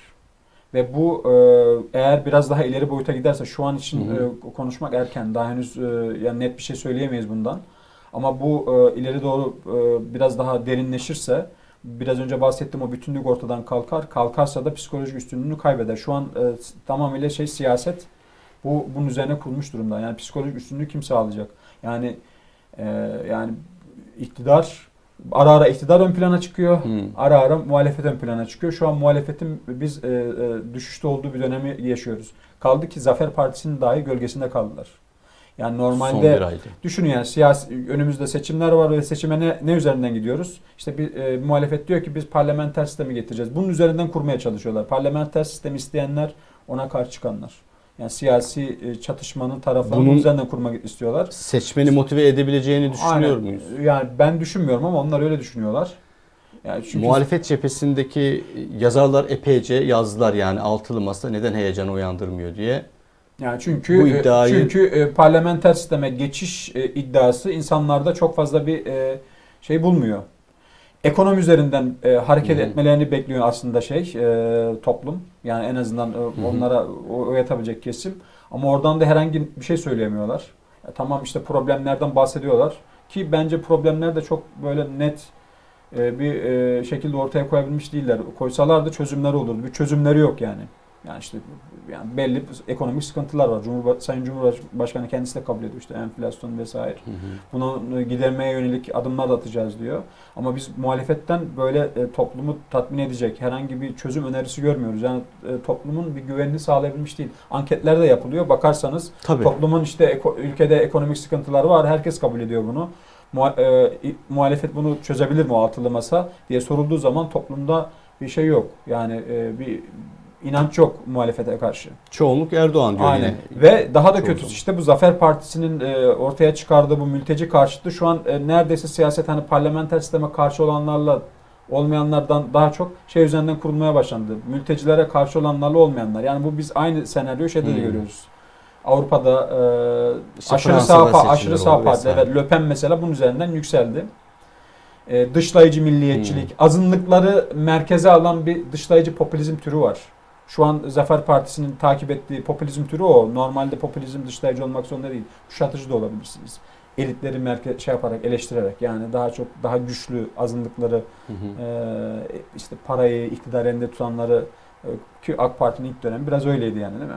Ve bu e, eğer biraz daha ileri boyuta giderse şu an için hı hı. E, konuşmak erken. Daha henüz e, yani net bir şey söyleyemeyiz bundan. Ama bu e, ileri doğru e, biraz daha derinleşirse biraz önce bahsettiğim o bütünlük ortadan kalkar. Kalkarsa da psikolojik üstünlüğünü kaybeder. Şu an e, tamamıyla şey siyaset bu bunun üzerine kurulmuş durumda. Yani psikolojik üstünlüğü kim sağlayacak? Yani e, yani iktidar ara ara iktidar ön plana çıkıyor. Hmm. Ara ara muhalefet ön plana çıkıyor. Şu an muhalefetin biz e, e, düşüşte olduğu bir dönemi yaşıyoruz. Kaldı ki Zafer Partisi'nin dahi gölgesinde kaldılar. Yani normalde düşünün yani siyasi önümüzde seçimler var ve seçime ne, ne üzerinden gidiyoruz? İşte bir e, muhalefet diyor ki biz parlamenter sistemi getireceğiz. Bunun üzerinden kurmaya çalışıyorlar. Parlamenter sistemi isteyenler ona karşı çıkanlar. Yani siyasi e, çatışmanın taraflarını bunun üzerinden kurmak istiyorlar. Seçmeni motive edebileceğini düşünüyor Aynen. muyuz? Yani ben düşünmüyorum ama onlar öyle düşünüyorlar. Yani çünkü muhalefet cephesindeki yazarlar epeyce yazdılar yani altılı masa neden heyecan uyandırmıyor diye. Yani çünkü bu iddiayı... çünkü e, parlamenter sisteme geçiş e, iddiası insanlarda çok fazla bir e, şey bulmuyor. Ekonomi üzerinden e, hareket Hı-hı. etmelerini bekliyor aslında şey e, toplum. Yani en azından e, onlara uyatabilecek kesim. Ama oradan da herhangi bir şey söyleyemiyorlar. E, tamam işte problemlerden bahsediyorlar ki bence problemler de çok böyle net e, bir e, şekilde ortaya koyabilmiş değiller. Koysalardı çözümleri olurdu. Bir çözümleri yok yani. Yani işte yani belli ekonomik sıkıntılar var. Cumhurbaşkanı, Sayın Cumhurbaşkanı kendisi de kabul ediyor işte enflasyon vesaire. Hı hı. Bunu gidermeye yönelik adımlar da atacağız diyor. Ama biz muhalefetten böyle e, toplumu tatmin edecek herhangi bir çözüm önerisi görmüyoruz. Yani e, toplumun bir güvenini sağlayabilmiş değil. Anketler de yapılıyor. Bakarsanız Tabii. toplumun işte eko, ülkede ekonomik sıkıntıları var. Herkes kabul ediyor bunu. Muha, e, muhalefet bunu çözebilir mi o altılı masa diye sorulduğu zaman toplumda bir şey yok. Yani e, bir İnanç yok muhalefete karşı. Çoğunluk Erdoğan diyor. Aynen. Yine. Ve daha da kötüsü işte bu Zafer Partisi'nin e, ortaya çıkardığı bu mülteci karşıtı şu an e, neredeyse siyaset hani parlamenter sisteme karşı olanlarla olmayanlardan daha çok şey üzerinden kurulmaya başlandı. Mültecilere karşı olanlarla olmayanlar. Yani bu biz aynı senaryoyu şeyde hmm. de görüyoruz. Avrupa'da e, işte aşırı sağ aşırı sağ partiler evet, Le Pen mesela bunun üzerinden yükseldi. E, dışlayıcı milliyetçilik, hmm. azınlıkları merkeze alan bir dışlayıcı popülizm türü var. Şu an Zafer Partisi'nin takip ettiği popülizm türü o. Normalde popülizm dışlayıcı olmak zorunda değil. Kuşatıcı da olabilirsiniz. Elitleri merkez şey yaparak, eleştirerek yani daha çok daha güçlü azınlıkları hı hı. E, işte parayı, iktidar elinde tutanları e, ki AK Parti'nin ilk dönemi biraz öyleydi yani değil mi?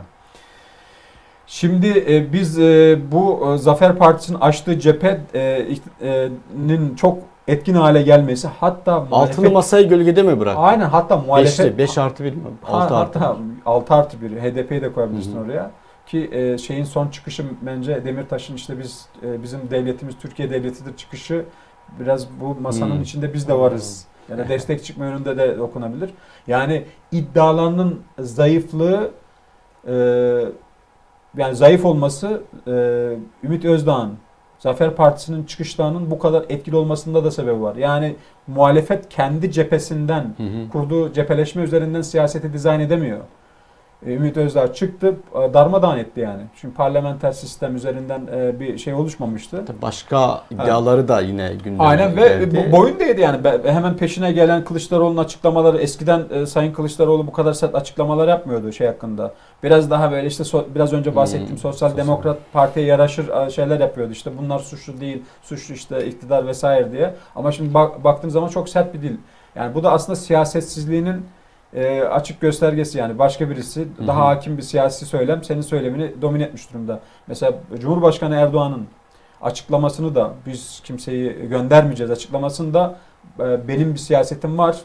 Şimdi e, biz e, bu e, Zafer Partisi'nin açtığı cephenin e, çok etkin hale gelmesi hatta muhalefet... Altılı masayı gölgede mi bıraktı? Aynen hatta muhalefet... beş artı bir mi? altı artı bir. altı artı bir. H D P'yi de koyabilirsin Hı-hı. oraya. Ki e, şeyin son çıkışı bence Demirtaş'ın işte biz e, bizim devletimiz Türkiye devletidir çıkışı biraz bu masanın Hı-hı. içinde biz de varız. Yani Hı-hı. destek çıkma yönünde de okunabilir. Yani iddialarının zayıflığı e, yani zayıf olması e, Ümit Özdağ'ın Zafer Partisi'nin çıkışlarının bu kadar etkili olmasında da sebebi var. Yani muhalefet kendi cephesinden hı hı. kurduğu cepheleşme üzerinden siyaseti dizayn edemiyor. Ümit Özdağ çıktı, darmadağın etti yani. Çünkü parlamenter sistem üzerinden bir şey oluşmamıştı. Başka iddiaları da yine gündeme Aynen geldi. ve boyun değdi yani. Hemen peşine gelen Kılıçdaroğlu'nun açıklamaları, eskiden Sayın Kılıçdaroğlu bu kadar sert açıklamalar yapmıyordu şey hakkında. Biraz daha böyle işte so, biraz önce bahsettiğim hmm, Sosyal, Sosyal Demokrat Parti'ye yaraşır şeyler yapıyordu. İşte bunlar suçlu değil, suçlu işte iktidar vesaire diye. Ama şimdi bak, baktığım zaman çok sert bir dil. Yani bu da aslında siyasetsizliğinin e, açık göstergesi yani. Başka birisi hı hı. daha hakim bir siyasi söylem senin söylemini domine etmiş durumda. Mesela Cumhurbaşkanı Erdoğan'ın açıklamasını da biz kimseyi göndermeyeceğiz açıklamasını da e, benim bir siyasetim var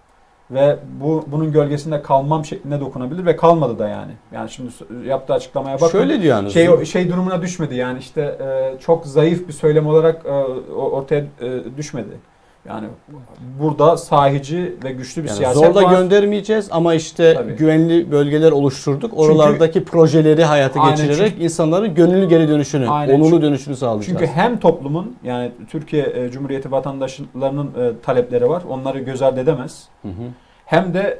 ve bu bunun gölgesinde kalmam şeklinde dokunabilir ve kalmadı da yani. Yani şimdi yaptığı açıklamaya bakın. Şöyle diyor yani. Şey şey durumuna düşmedi yani işte e, çok zayıf bir söylem olarak e, ortaya e, düşmedi. Yani burada sahici ve güçlü bir yani siyaset zorla var. Göndermeyeceğiz ama işte Tabii. güvenli bölgeler oluşturduk. Oralardaki çünkü, projeleri hayata aynen, geçirerek çünkü, insanların gönüllü geri dönüşünü, aynen, onurlu çünkü, dönüşünü sağlayacağız. Çünkü hem toplumun yani Türkiye e, Cumhuriyeti vatandaşlarının e, talepleri var. Onları göz ardı edemez. Hı hı. Hem de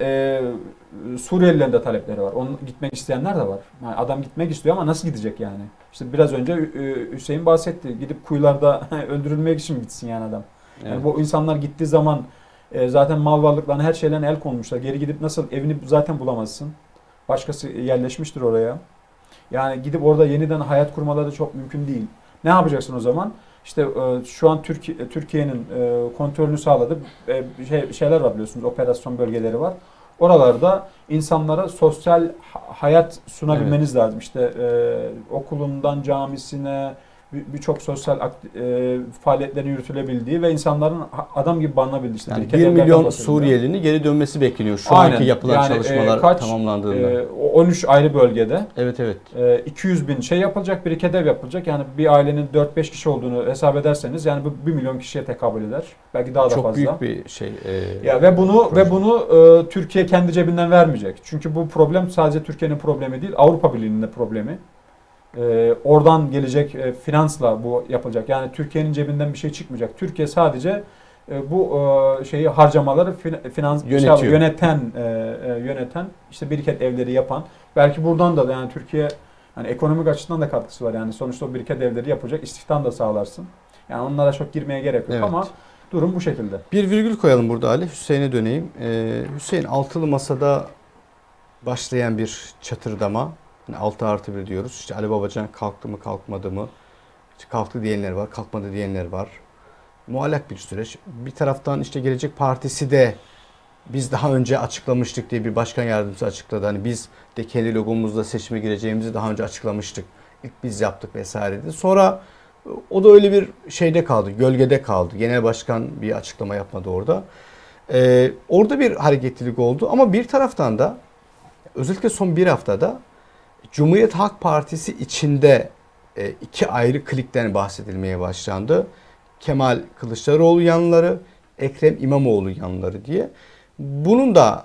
e, Suriyelilerin de talepleri var. Onun gitmek isteyenler de var. Yani adam gitmek istiyor ama nasıl gidecek yani? İşte biraz önce e, Hüseyin bahsetti. Gidip kuyularda öldürülmek için mi gitsin yani adam? Yani evet. Bu insanlar gittiği zaman e, zaten mal varlıklarına her şeylerine el konmuşlar. Geri gidip nasıl evini zaten bulamazsın. Başkası yerleşmiştir oraya. Yani gidip orada yeniden hayat kurmaları çok mümkün değil. Ne yapacaksın o zaman? İşte e, şu an Türkiye Türkiye'nin e, kontrolünü sağladığı e, şey, şeyler var biliyorsunuz. Operasyon bölgeleri var. Oralarda insanlara sosyal hayat sunabilmeniz evet. lazım. İşte e, okulundan camisine birçok sosyal e, faaliyetlerin yürütülebildiği ve insanların adam gibi barınabildiği. İşte yani bir milyon Suriyelinin geri dönmesi bekleniyor. Şu Aynen. anki yapılan yani, çalışmalar e, kaç, tamamlandığında. E, on üç ayrı bölgede. Evet evet. E, iki yüz bin şey yapılacak, bir iki ev yapılacak. Yani bir ailenin dört beş kişi olduğunu hesap ederseniz yani bu bir milyon kişiye tekabül eder. Belki daha da Çok fazla. Çok büyük bir şey. E, ya ve bunu proje. ve bunu e, Türkiye kendi cebinden vermeyecek. Çünkü bu problem sadece Türkiye'nin problemi değil, Avrupa Birliği'nin de problemi. Ee, oradan gelecek e, finansla bu yapılacak. Yani Türkiye'nin cebinden bir şey çıkmayacak. Türkiye sadece e, bu e, şeyi harcamaları fin- finans Yönetiyor. şey, yöneten e, e, yöneten işte biriket evleri yapan. Belki buradan da yani Türkiye hani ekonomik açıdan da katkısı var. Yani sonuçta o biriket evleri yapacak. İstihdam da sağlarsın. Yani onlara çok girmeye gerek yok evet. ama durum bu şekilde. Bir virgül koyalım burada Ali. Hüseyin'e döneyim. Ee, Hüseyin altılı masada başlayan bir çatırdama. altı artı bir diyoruz. İşte Ali Babacan kalktı mı kalkmadı mı? İşte kalktı diyenler var, kalkmadı diyenler var. Muallak bir süreç. Bir taraftan işte Gelecek Partisi de biz daha önce açıklamıştık diye bir başkan yardımcısı açıkladı. Hani biz de kendi logomuzla seçime gireceğimizi daha önce açıklamıştık. İlk biz yaptık vesaire dedi. Sonra o da öyle bir şeyde kaldı, gölgede kaldı. Genel başkan bir açıklama yapmadı orada. Ee, orada bir hareketlilik oldu ama bir taraftan da özellikle son bir haftada Cumhuriyet Halk Partisi içinde iki ayrı klikten bahsedilmeye başlandı. Kemal Kılıçdaroğlu yanlıları, Ekrem İmamoğlu yanlıları diye. Bunun da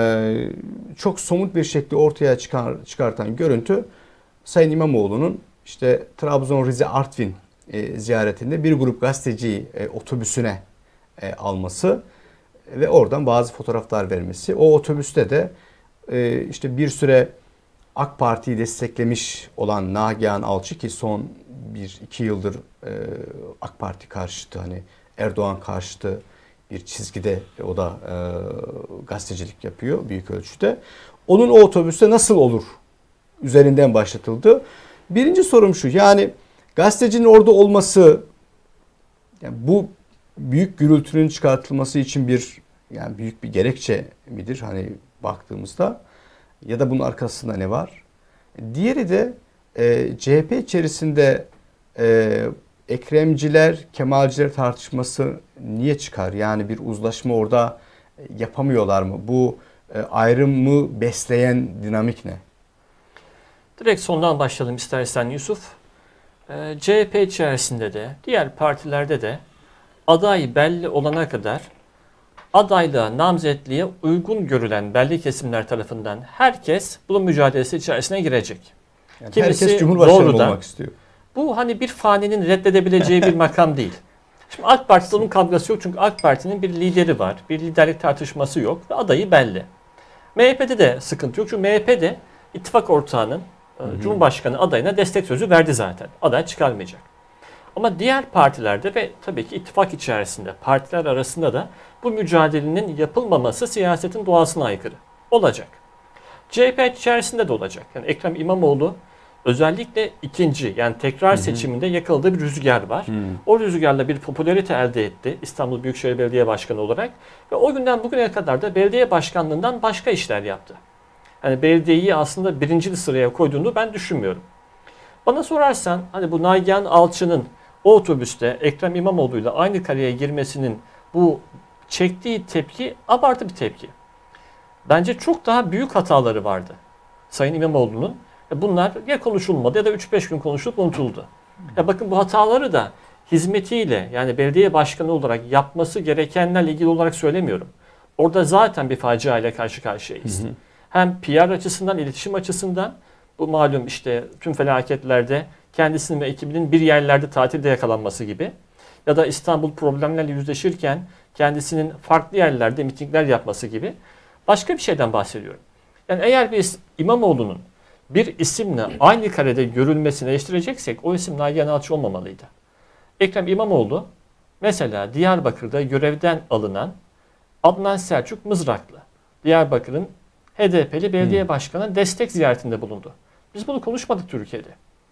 çok somut bir şekilde ortaya çıkar, çıkartan görüntü Sayın İmamoğlu'nun işte Trabzon, Rize, Artvin ziyaretinde bir grup gazeteciyi otobüsüne alması ve oradan bazı fotoğraflar vermesi. O otobüste de işte bir süre AK Parti'yi desteklemiş olan Nagihan Alçı ki son bir iki yıldır e, AK Parti karşıtı hani Erdoğan karşıtı bir çizgide o da e, gazetecilik yapıyor büyük ölçüde. Onun o otobüste nasıl olur üzerinden başlatıldı. Birinci sorum şu yani gazetecinin orada olması yani bu büyük gürültünün çıkartılması için bir yani büyük bir gerekçe midir hani baktığımızda? Ya da bunun arkasında ne var? Diğeri de e, C H P içerisinde e, Ekremciler, Kemalciler tartışması niye çıkar? Yani bir uzlaşma orada yapamıyorlar mı? Bu e, ayrımı besleyen dinamik ne? Direkt sondan başlayalım istersen Yusuf. E, C H P içerisinde de diğer partilerde de aday belli olana kadar adaylığa, namzetliğe uygun görülen belli kesimler tarafından herkes bunun mücadelesi içerisine girecek. Yani Kimisi herkes Cumhurbaşkanı doğrudan, olmak istiyor. Bu hani bir faninin reddedebileceği bir makam değil. Şimdi AK Parti'de onun kavgası yok çünkü AK Parti'nin bir lideri var. Bir liderlik tartışması yok ve adayı belli. M H P'de de sıkıntı yok çünkü M H P'de ittifak ortağının e, Cumhurbaşkanı adayına destek sözü verdi zaten. Aday çıkarmayacak. Ama diğer partilerde ve tabii ki ittifak içerisinde, partiler arasında da bu mücadelenin yapılmaması siyasetin doğasına aykırı olacak. C H P içerisinde de olacak. Yani Ekrem İmamoğlu özellikle ikinci yani tekrar hı hı. seçiminde yakaladığı bir rüzgar var. Hı. O rüzgarla bir popülarite elde etti İstanbul Büyükşehir Belediye Başkanı olarak ve o günden bugüne kadar da belediye başkanlığından başka işler yaptı. Yani belediyeyi aslında birinci sıraya koyduğunu ben düşünmüyorum. Bana sorarsan hani bu Nagihan Alçı'nın o otobüste Ekrem İmamoğlu'yla aynı kareye girmesinin bu çektiği tepki abartı bir tepki. Bence çok daha büyük hataları vardı Sayın İmamoğlu'nun. Bunlar ya konuşulmadı ya da üç beş gün konuşulup unutuldu. Ya bakın bu hataları da hizmetiyle yani belediye başkanı olarak yapması gerekenlerle ilgili olarak söylemiyorum. Orada zaten bir facia ile karşı karşıyayız. Hı hı. Hem P R açısından, iletişim açısından bu malum işte tüm felaketlerde kendisinin ve ekibinin bir yerlerde tatilde yakalanması gibi ya da İstanbul problemlerle yüzleşirken kendisinin farklı yerlerde mitingler yapması gibi başka bir şeyden bahsediyorum. Yani eğer biz İmamoğlu'nun bir isimle aynı karede görülmesini eleştireceksek o isim Nagihan Alçı olmamalıydı. Ekrem İmamoğlu mesela Diyarbakır'da görevden alınan Adnan Selçuk Mızraklı, Diyarbakır'ın H D P'li belediye hmm. başkanı destek ziyaretinde bulundu. Biz bunu konuşmadık Türkiye'de.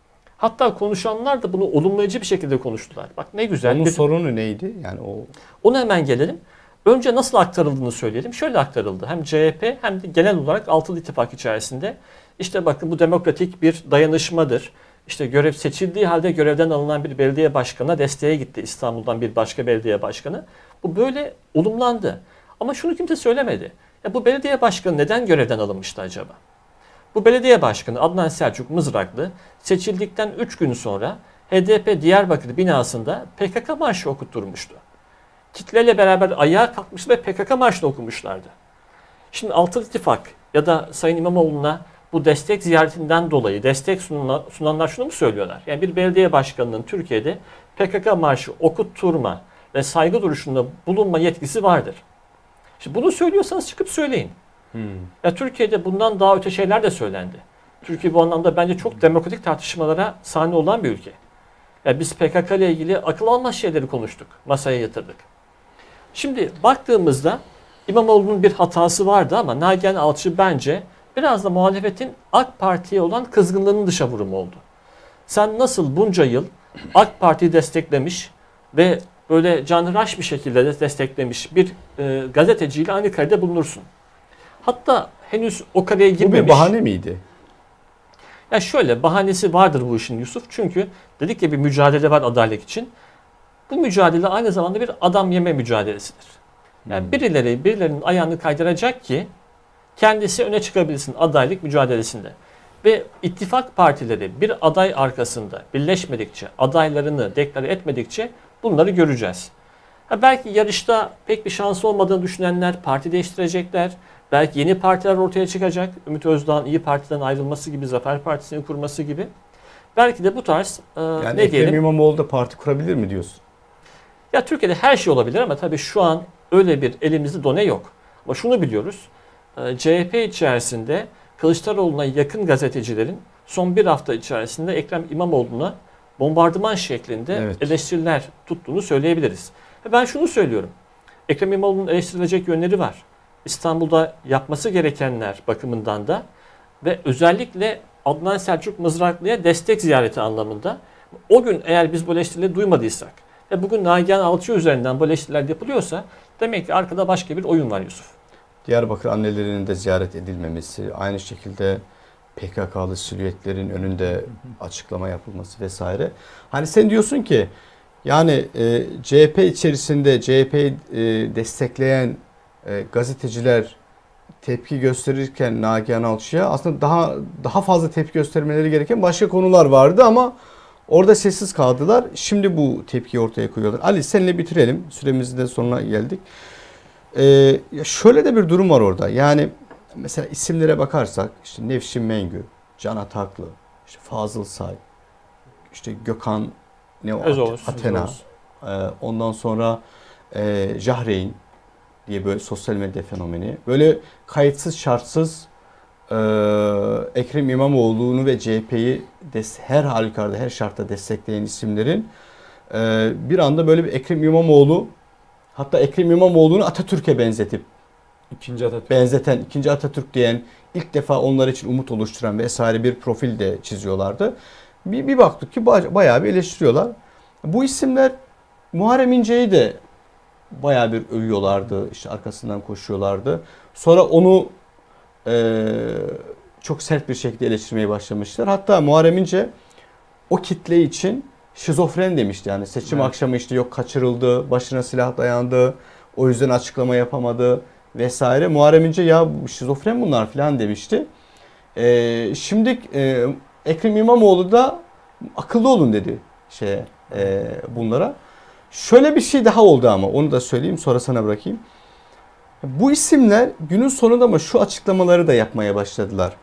Hatta konuşanlar da bunu olumlayıcı bir şekilde konuştular. Bak ne güzel. Onun bir... sorunu neydi? Yani o Ona hemen gelelim. Önce nasıl aktarıldığını söyleyelim. Şöyle aktarıldı. Hem C H P hem de genel olarak Altılı İttifak içerisinde işte bakın bu demokratik bir dayanışmadır. İşte görev seçildiği halde görevden alınan bir belediye başkanına desteğe gitti İstanbul'dan bir başka belediye başkanı. Bu böyle olumlandı. Ama şunu kimse söylemedi. Ya bu belediye başkanı neden görevden alınmıştı acaba? Bu belediye başkanı Adnan Selçuk Mızraklı seçildikten üç gün sonra H D P Diyarbakır binasında P K K marşı okutturmuştu. Kitleyle beraber ayağa kalkmıştı ve P K K marşını okumuşlardı. Şimdi Altılı İttifak ya da Sayın İmamoğlu'na bu destek ziyaretinden dolayı destek sunanlar şunu mu söylüyorlar? Yani bir belediye başkanının Türkiye'de P K K marşı okutturma ve saygı duruşunda bulunma yetkisi vardır. Şimdi bunu söylüyorsanız çıkıp söyleyin. Hmm. Ya Türkiye'de bundan daha öte şeyler de söylendi. Türkiye bu anlamda bence çok demokratik tartışmalara sahne olan bir ülke. Ya biz P K K ile ilgili akıl almaz şeyleri konuştuk, masaya yatırdık. Şimdi baktığımızda İmamoğlu'nun bir hatası vardı ama Nagihan Alçı bence biraz da muhalefetin AK Parti'ye olan kızgınlığının dışa vurumu oldu. Sen nasıl bunca yıl AK Parti'yi desteklemiş ve böyle canhıraş bir şekilde de desteklemiş bir e, gazeteciyle aynı karede bulunursun. Hatta henüz o kareye girmemiş. Bu bir bahane miydi? Ya şöyle bahanesi vardır bu işin Yusuf. Çünkü dedik ya bir mücadele var adaylık için. Bu mücadele aynı zamanda bir adam yeme mücadelesidir. Yani hmm. birileri birilerinin ayağını kaydıracak ki kendisi öne çıkabilsin adaylık mücadelesinde. Ve ittifak partileri bir aday arkasında birleşmedikçe, adaylarını deklare etmedikçe bunları göreceğiz. Ha belki yarışta pek bir şansı olmadığını düşünenler parti değiştirecekler. Belki yeni partiler ortaya çıkacak. Ümit Özdağ'ın İyi Parti'den ayrılması gibi, Zafer Partisi'ni kurması gibi. Belki de bu tarz e, yani ne diyelim? Ekrem İmamoğlu da parti kurabilir mi diyorsun? Ya Türkiye'de her şey olabilir ama tabii şu an öyle bir elimizde done yok. Ama şunu biliyoruz. E, C H P içerisinde Kılıçdaroğlu'na yakın gazetecilerin son bir hafta içerisinde Ekrem İmamoğlu'na bombardıman şeklinde evet. eleştiriler tuttuğunu söyleyebiliriz. Ve ben şunu söylüyorum. Ekrem İmamoğlu'nun eleştirilecek yönleri var. İstanbul'da yapması gerekenler bakımından da ve özellikle Adnan Selçuk Mızraklı'ya destek ziyareti anlamında o gün eğer biz bu eleştirileri duymadıysak ve bugün Nagihan Alçı üzerinden bu eleştiriler yapılıyorsa demek ki arkada başka bir oyun var Yusuf. Diyarbakır annelerinin de ziyaret edilmemesi, aynı şekilde P K K'lı silüetlerin önünde açıklama yapılması vesaire. Hani sen diyorsun ki yani e, C H P içerisinde C H P'yi e, destekleyen e, gazeteciler tepki gösterirken Nagihan Alçı'ya aslında daha daha fazla tepki göstermeleri gereken başka konular vardı ama orada sessiz kaldılar. Şimdi bu tepkiyi ortaya koyuyorlar. Ali seninle bitirelim. Süremizin de sonuna geldik. Ee, şöyle de bir durum var orada. Yani mesela isimlere bakarsak işte Nevşin Mengü, Can Ataklı, işte Fazıl Say, işte Gökhan ne o Özoğuz, Athena, Özoğuz. Ee, ondan sonra e, Jahreyn diye böyle sosyal medya fenomeni. Böyle kayıtsız şartsız Ekrem İmamoğlu'nu ve C H P'yi her halükarda, her şartta destekleyen isimlerin e, bir anda böyle bir Ekrem İmamoğlu, hatta Ekrem İmamoğlu'nu Atatürk'e benzetip İkinci Atatürk. benzeten, ikinci Atatürk diyen, ilk defa onlar için umut oluşturan vesaire bir profil de çiziyorlardı. Bir, bir baktık ki bayağı bir eleştiriyorlar. Bu isimler Muharrem İnce'yi de bayağı bir övüyorlardı, işte arkasından koşuyorlardı. Sonra onu e, çok sert bir şekilde eleştirmeye başlamışlar. Hatta Muharrem İnce o kitle için şizofren demişti. Yani seçim evet. akşamı işte yok kaçırıldı, başına silah dayandı, o yüzden açıklama yapamadı vesaire. Muharrem İnce ya şizofren bunlar falan demişti. E, şimdi e, Ekrem İmamoğlu da akıllı olun dedi şeye e, bunlara. Şöyle bir şey daha oldu ama onu da söyleyeyim sonra sana bırakayım. Bu isimler günün sonunda ama şu açıklamaları da yapmaya başladılar.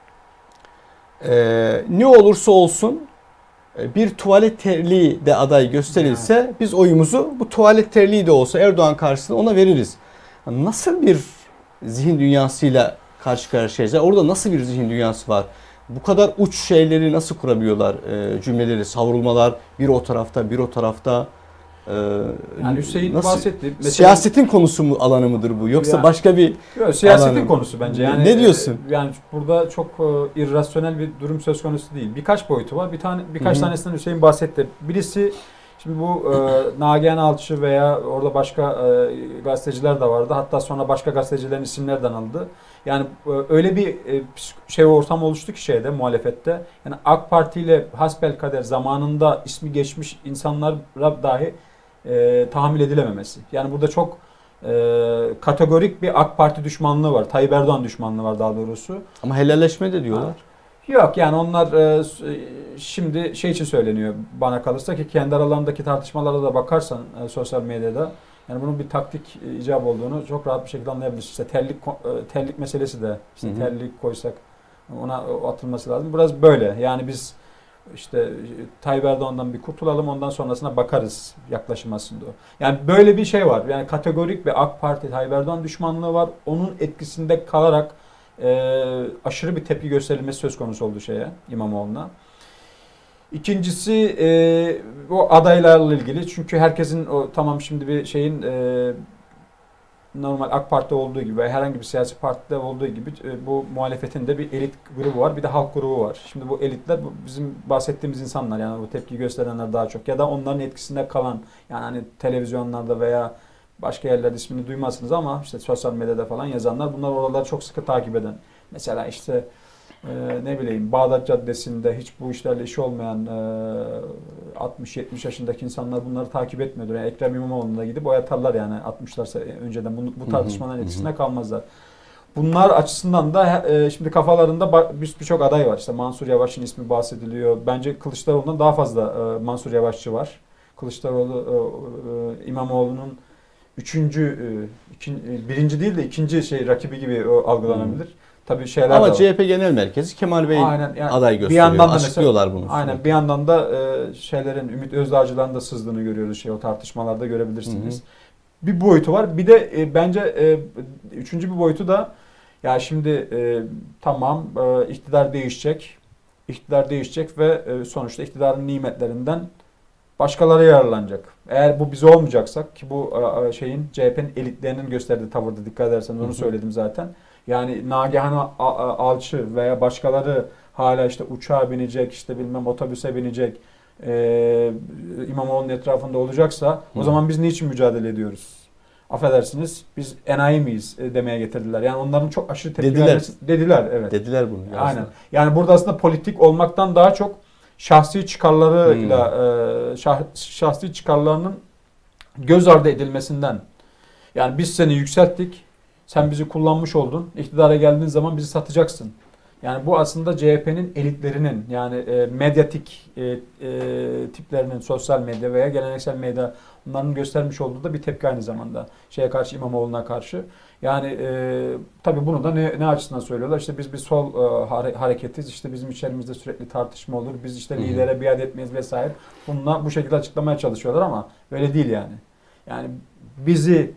Ee, ne olursa olsun bir tuvalet terliği de aday gösterilse biz oyumuzu bu tuvalet terliği de olsa Erdoğan karşısında ona veririz. Nasıl bir zihin dünyasıyla karşı karşıyayız? Orada nasıl bir zihin dünyası var? Bu kadar uç şeyleri nasıl kurabiliyorlar? E, cümleleri, savrulmalar bir o tarafta bir o tarafta. Ee, yani Hüseyin nasıl, bahsetti. Mesela, siyasetin konusu mu alanı mıdır bu yoksa yani, başka bir yok, siyasetin alanı. konusu bence. Yani ne diyorsun? Yani burada çok e, irrasyonel bir durum söz konusu değil. Birkaç boyutu var. Bir tane birkaç Hı-hı. tanesinden Hüseyin bahsetti. Birisi şimdi bu e, Nagihan Alçı veya orada başka e, gazeteciler de vardı. Hatta sonra başka gazetecilerin isimlerden aldı. Yani e, öyle bir e, şey ortam oluştu ki şeyde muhalefette. Yani AK Parti ile hasbelkader zamanında ismi geçmiş insanlara dahi E, tahammül edilememesi. Yani burada çok e, kategorik bir AK Parti düşmanlığı var. Tayyip Erdoğan düşmanlığı var daha doğrusu. Ama helalleşme de diyorlar. Ha. Yok yani onlar e, şimdi şey için söyleniyor bana kalırsa ki kendi aralarındaki tartışmalara da bakarsan e, sosyal medyada yani bunun bir taktik e, icap olduğunu çok rahat bir şekilde anlayabilirsin. İşte terlik e, terlik meselesi de işte Hı-hı. terlik koysak ona atılması lazım. Biraz böyle. Yani biz İşte Tayyip Erdoğan'dan bir kurtulalım ondan sonrasına bakarız yaklaşım aslında o. Yani böyle bir şey var. Yani kategorik bir AK Parti Tayyip Erdoğan düşmanlığı var. Onun etkisinde kalarak e, aşırı bir tepki gösterilmesi söz konusu oldu şeye İmamoğlu'na. İkincisi e, o adaylarla ilgili. Çünkü herkesin o tamam şimdi bir şeyin e, normal AK Parti'de olduğu gibi veya herhangi bir siyasi partide olduğu gibi bu muhalefetin de bir elit grubu var, bir de halk grubu var. Şimdi bu elitler bu bizim bahsettiğimiz insanlar yani bu tepki gösterenler daha çok ya da onların etkisinde kalan yani hani televizyonlarda veya başka yerlerde ismini duymazsınız ama işte sosyal medyada falan yazanlar bunlar oraları çok sıkı takip eden. Mesela işte Ee, ne bileyim Bağdat Caddesi'nde hiç bu işlerle işi olmayan e, altmış yetmiş yaşındaki insanlar bunları takip etmiyordur. Yani Ekrem İmamoğlu'na gidip oy atarlar yani altmışlarsa önceden bu, bu tartışmaların etkisine kalmazlar. Bunlar açısından da e, şimdi kafalarında birçok bir aday var. İşte Mansur Yavaş'ın ismi bahsediliyor. Bence Kılıçdaroğlu'ndan daha fazla e, Mansur Yavaşçı var. Kılıçdaroğlu e, e, İmamoğlu'nun üçüncü, e, ikinci, birinci değil de ikinci şey rakibi gibi e, algılanabilir. Hmm. Tabii şeyler ama C H P Genel Merkezi Kemal Bey'in yani aday gösteriyor. Bir yandan da açıklıyorlar mesela, bunu. Aynen. Bir yandan da e, şeylerin Ümit Özdağcı'dan da sızdığını görüyoruz şey o tartışmalarda görebilirsiniz. Hı hı. Bir boyutu var. Bir de e, bence e, üçüncü bir boyutu da ya şimdi e, tamam e, iktidar değişecek. İktidar değişecek ve e, sonuçta iktidarın nimetlerinden başkaları yararlanacak. Eğer bu bize olmayacaksak ki bu e, şeyin C H P'nin elitlerinin gösterdiği tavırda dikkat ederseniz onu hı hı. söyledim zaten. Yani Nagihan Alçı veya başkaları hala işte uçağa binecek, işte bilmem otobüse binecek, e, İmamoğlu'nun etrafında olacaksa Hı. o zaman biz niçin mücadele ediyoruz? Affedersiniz biz enayi miyiz e, demeye getirdiler. Yani onların çok aşırı tepki dediler. vermesi dediler evet. Dediler bunu. Aynen. Yani burada aslında politik olmaktan daha çok şahsi çıkarlarıyla hmm. e, şah, şahsi çıkarlarının göz ardı edilmesinden. Yani biz seni yükselttik. Sen bizi kullanmış oldun. İktidara geldiğin zaman bizi satacaksın. Yani bu aslında C H P'nin elitlerinin yani e, medyatik e, e, tiplerinin sosyal medya veya geleneksel medya onların göstermiş olduğu da bir tepki aynı zamanda. Şeye karşı İmamoğlu'na karşı. Yani e, tabii bunu da ne, ne açısından söylüyorlar? İşte biz bir sol e, hareketiz. İşte bizim içerimizde sürekli tartışma olur. Biz işte lidere biat etmeyiz vesaire. Bununla bu şekilde açıklamaya çalışıyorlar ama öyle değil yani. Yani bizi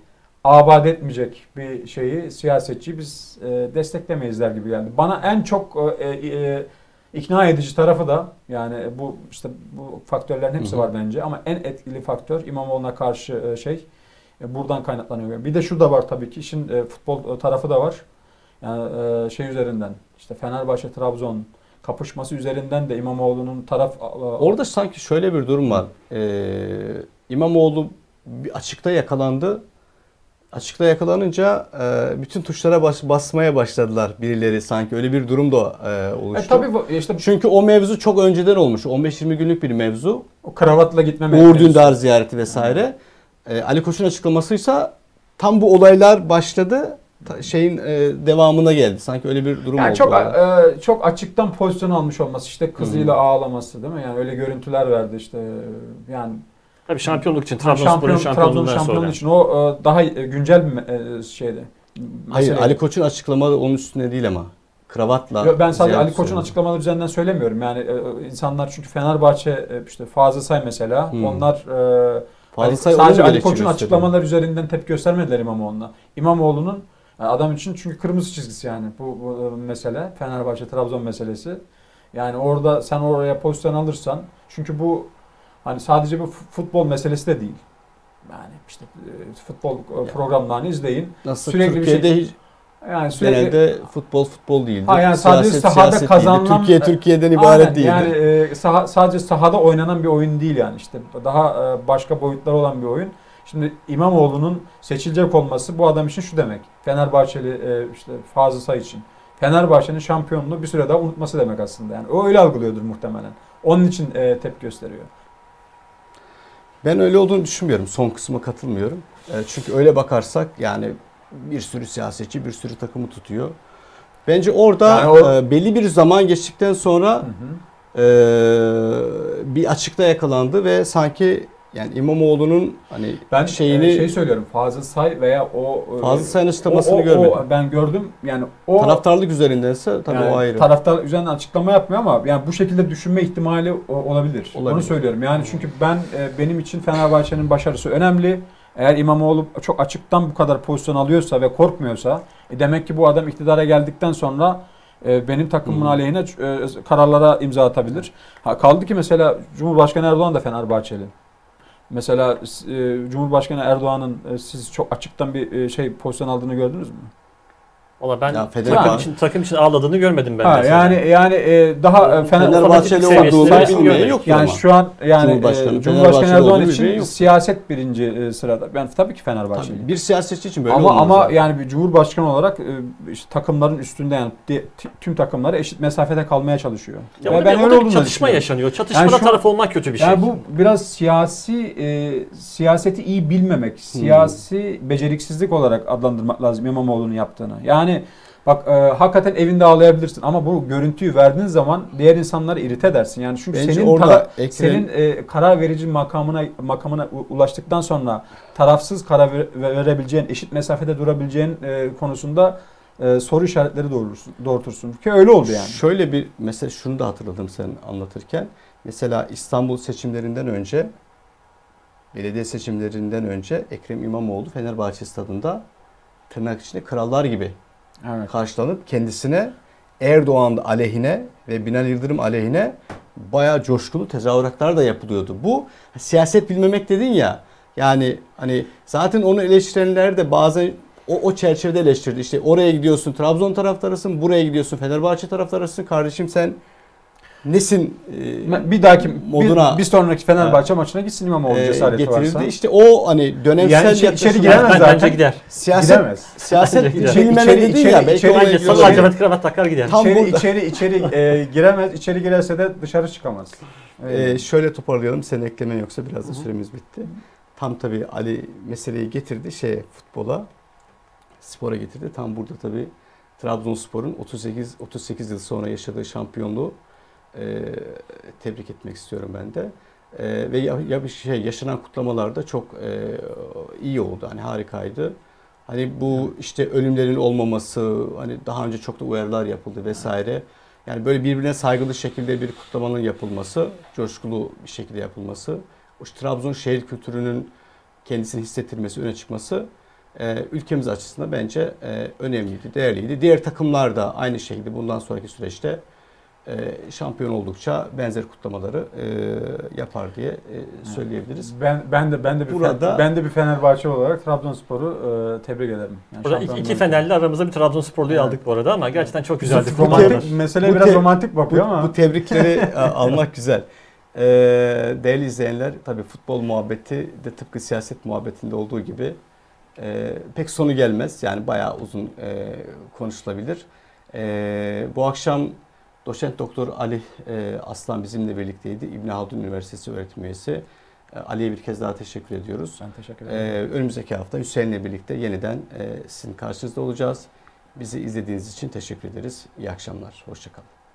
abad etmeyecek bir şeyi, siyasetçiyi biz e, desteklemeyizler gibi geldi. Bana en çok e, e, ikna edici tarafı da, yani bu işte bu faktörlerin hepsi Hı hı. var bence, ama en etkili faktör İmamoğlu'na karşı e, şey e, buradan kaynaklanıyor. Bir de şu da var tabii ki, işin e, futbol tarafı da var. Yani e, şey üzerinden, işte Fenerbahçe Trabzon kapışması üzerinden de İmamoğlu'nun taraf e, Orada sanki şöyle bir durum var. Ee, İmamoğlu bir açıkta yakalandı. Açıkta yakalanınca e, bütün tuşlara bas, basmaya başladılar birileri, sanki öyle bir durum da e, oluştu. E, tabii bu- işte Çünkü o mevzu çok önceden olmuş. on beş yirmi günlük bir mevzu. o kravatla gitme Uğur meselesi. Dündar ziyareti vesaire. E, Ali Koç'un açıklamasıysa tam bu olaylar başladı. Ta- şeyin e, devamına geldi. Sanki öyle bir durum Yani oldu. çok orada. e, çok açıktan pozisyon almış olması, işte kızıyla Hı. ağlaması, değil mi? Yani öyle görüntüler verdi işte, yani Tabii şampiyonluk için, şampiyon, Trabzonspor'un Trabzon şampiyonluğundan şampiyonluğu sonra. için o e, daha e, güncel bir me- e, şeydi. Hayır, Mesele. Ali Koç'un açıklamaları onun üstüne değil ama. Kravatla. Yo, ben sadece ziyaret Ali Koç'un üzerine. açıklamaları üzerinden söylemiyorum. Yani e, insanlar, çünkü Fenerbahçe e, işte Fazıl Say mesela, Hmm. onlar e, Fazıl Ali- Say onun sadece Ali gerekçe Koç'un gösteriyor. açıklamaları üzerinden tepki göstermediler İmamoğlu'na. İmamoğlu'nun yani adam için, çünkü kırmızı çizgisi yani bu, bu mesele, Fenerbahçe Trabzon meselesi. Yani orada sen oraya pozisyon alırsan, çünkü bu hani sadece bu futbol meselesi de değil. Yani işte e, futbol e, programlarını izleyin. Nasıl Sürekli bir Türkiye'de şey- hiç Yani sürekli genelde futbol futbol değildir. Ha, yani sadece Siyaset sahada siyaset kazanılan- değildir. Türkiye Türkiye'den Aynen, ibaret değildir. yani e, saha, sadece sahada oynanan bir oyun değil yani, işte daha e, başka boyutları olan bir oyun. Şimdi İmamoğlu'nun seçilecek olması bu adam için şu demek. Fenerbahçeli e, işte Fazıl Say için Fenerbahçe'nin şampiyonluğu bir süre daha unutması demek aslında. Yani o öyle algılıyordur muhtemelen. Onun için e, tepki gösteriyor. Ben öyle olduğunu düşünmüyorum. Son kısma katılmıyorum. E, çünkü öyle bakarsak yani bir sürü siyasetçi bir sürü takımı tutuyor. Bence orada Yani o- e, belli bir zaman geçtikten sonra Hı hı. e, bir açıkta yakalandı ve sanki yani İmamoğlu'nun hani Ben şeyini e, şey söylüyorum, Fazıl Say veya o e, Fazıl Say'ın o, açıklamasını o, görmedim. o, ben gördüm yani o Taraftarlık üzerindense tabii yani o ayrı. taraftar üzerinden açıklama yapmıyor ama yani bu şekilde düşünme ihtimali o- olabilir. Olabilir. Onu söylüyorum. Yani çünkü ben e, benim için Fenerbahçe'nin başarısı önemli. Eğer İmamoğlu çok açıktan bu kadar pozisyon alıyorsa ve korkmuyorsa, e, demek ki bu adam iktidara geldikten sonra e, benim takımımın Hı. aleyhine e, kararlara imza atabilir. Ha, kaldı ki mesela Cumhurbaşkanı Erdoğan da Fenerbahçeli. Mesela e, Cumhurbaşkanı Erdoğan'ın e, siz çok açıktan bir e, şey pozisyon aldığını gördünüz mü? Valla ben Ya takım Fenerbahçe- için takım için ağladığını görmedim ben Ha, mesela. yani yani e, daha e, Fener- Fenerbahçeli fanatik olduğunu seviyesinde bilmeyen görmedik. yoktur yani ama. şu an yani Cumhurbaşkanı, e, Cumhurbaşkanı Fenerbahçeli Erdoğan olduğunu için bilmeyen yok. siyaset birinci e, sırada. Ben tabii ki Fenerbahçeliyim. Tabii, bir siyasetçi için böyle Ama olmaz ama zaten. yani bir Cumhurbaşkanı olarak e, işte takımların üstünde, yani di- t- tüm takımları eşit mesafede kalmaya çalışıyor. Ya Ve orada ben bir, öyle orada bir olduğunu çatışma düşünüyorum. yaşanıyor. Çatışmada Yani şu- taraf olmak kötü bir şey. Yani bu biraz siyasi e, siyaseti iyi bilmemek, siyasi beceriksizlik olarak adlandırmak lazım İmamoğlu'nun yaptığını. Yani bak e, hakikaten evinde ağlayabilirsin ama bu görüntüyü verdiğin zaman diğer insanları irite edersin. Yani çünkü Bence senin orada tara- Ekrem- senin e, karar verici makamına makamına u- ulaştıktan sonra tarafsız karar ver- verebileceğin, eşit mesafede durabileceğin e, konusunda e, soru işaretleri doğurursun, doğurtursun. Ki öyle oldu yani. Şöyle bir mesela şunu da hatırladım sen anlatırken. Mesela İstanbul seçimlerinden önce, belediye seçimlerinden önce Ekrem İmamoğlu Fenerbahçe stadında tırnak içinde krallar gibi Evet. karşılanıp kendisine Erdoğan aleyhine ve Binali Yıldırım aleyhine bayağı coşkulu tezahüratlar da yapılıyordu. Bu siyaset bilmemek dedin ya, yani hani zaten onu eleştirenler de bazen o, o çerçevede eleştirdi. İşte oraya gidiyorsun Trabzon taraftarısın, buraya gidiyorsun Fenerbahçe taraftarısın. Kardeşim sen nesin? e, Bir dahaki moduna bir, bir sonraki Fenerbahçe maçına gitsin İmamoğlu e, cesareti getirildi. varsa. İşte o hani dönemsel Yani içeri- içeri yaklaşım- giremez ben, zaten. bence gider. Siyaset Gidemez. siyaset Bence gider. bilmeme İçeri- dedin içeri- ya. Belki içeri- oraya Bence gidiyor. sarı içeri- lacivert kravat takar gider. Tam içeri, burada. içeri içeri e, giremez. İçeri girerse de dışarı çıkamaz. Öyle. Ee, şöyle toparlayalım. Senin eklemen yoksa biraz da süremiz bitti. Tam tabii Ali meseleyi getirdi şeye, futbola, spora getirdi. Tam burada tabii Trabzonspor'un otuz sekiz otuz sekiz yıl sonra yaşadığı şampiyonluğu e, tebrik etmek istiyorum ben de. E, ve ya, ya bir şey yaşanan kutlamalarda çok e, iyi oldu. Hani harikaydı. Hani bu işte ölümlerin olmaması, hani daha önce çok da uyarılar yapıldı vesaire. Yani böyle birbirine saygılı şekilde bir kutlamanın yapılması, coşkulu bir şekilde yapılması, o işte Trabzon şehir kültürünün kendisini hissettirmesi, öne çıkması e, ülkemiz açısından bence e, önemliydi, değerliydi. Diğer takımlar da aynı şekilde bundan sonraki süreçte e, şampiyon oldukça benzer kutlamaları e, yapar diye e, söyleyebiliriz. Ben ben de ben de bir Burada- Fe- ben de bir Fenerbahçe olarak Trabzonspor'u e, tebrik ederim. Yani Burada iki, şampiyonluğu- iki Fenerli aramızda bir Trabzonsporluyu Evet. aldık bu arada ama gerçekten çok güzeldi. Romantik- kutlamalar. Meseleye Bu biraz te- romantik Bu, bakıyor ama bu tebrikleri e, almak güzel. E, değerli izleyenler, tabii futbol muhabbeti de tıpkı siyaset muhabbetinde olduğu gibi e, pek sonu gelmez. Yani bayağı uzun e, konuşulabilir. E, bu akşam Doçent Doktor Ali e, Aslan bizimle birlikteydi. İbn Haldun Üniversitesi öğretim üyesi. E, Ali'ye bir kez daha teşekkür ediyoruz. ben teşekkür E, ederim. önümüzdeki hafta Hüseyin'le birlikte yeniden e, sizin karşınızda olacağız. Bizi izlediğiniz için teşekkür ederiz. İyi akşamlar. Hoşça kalın.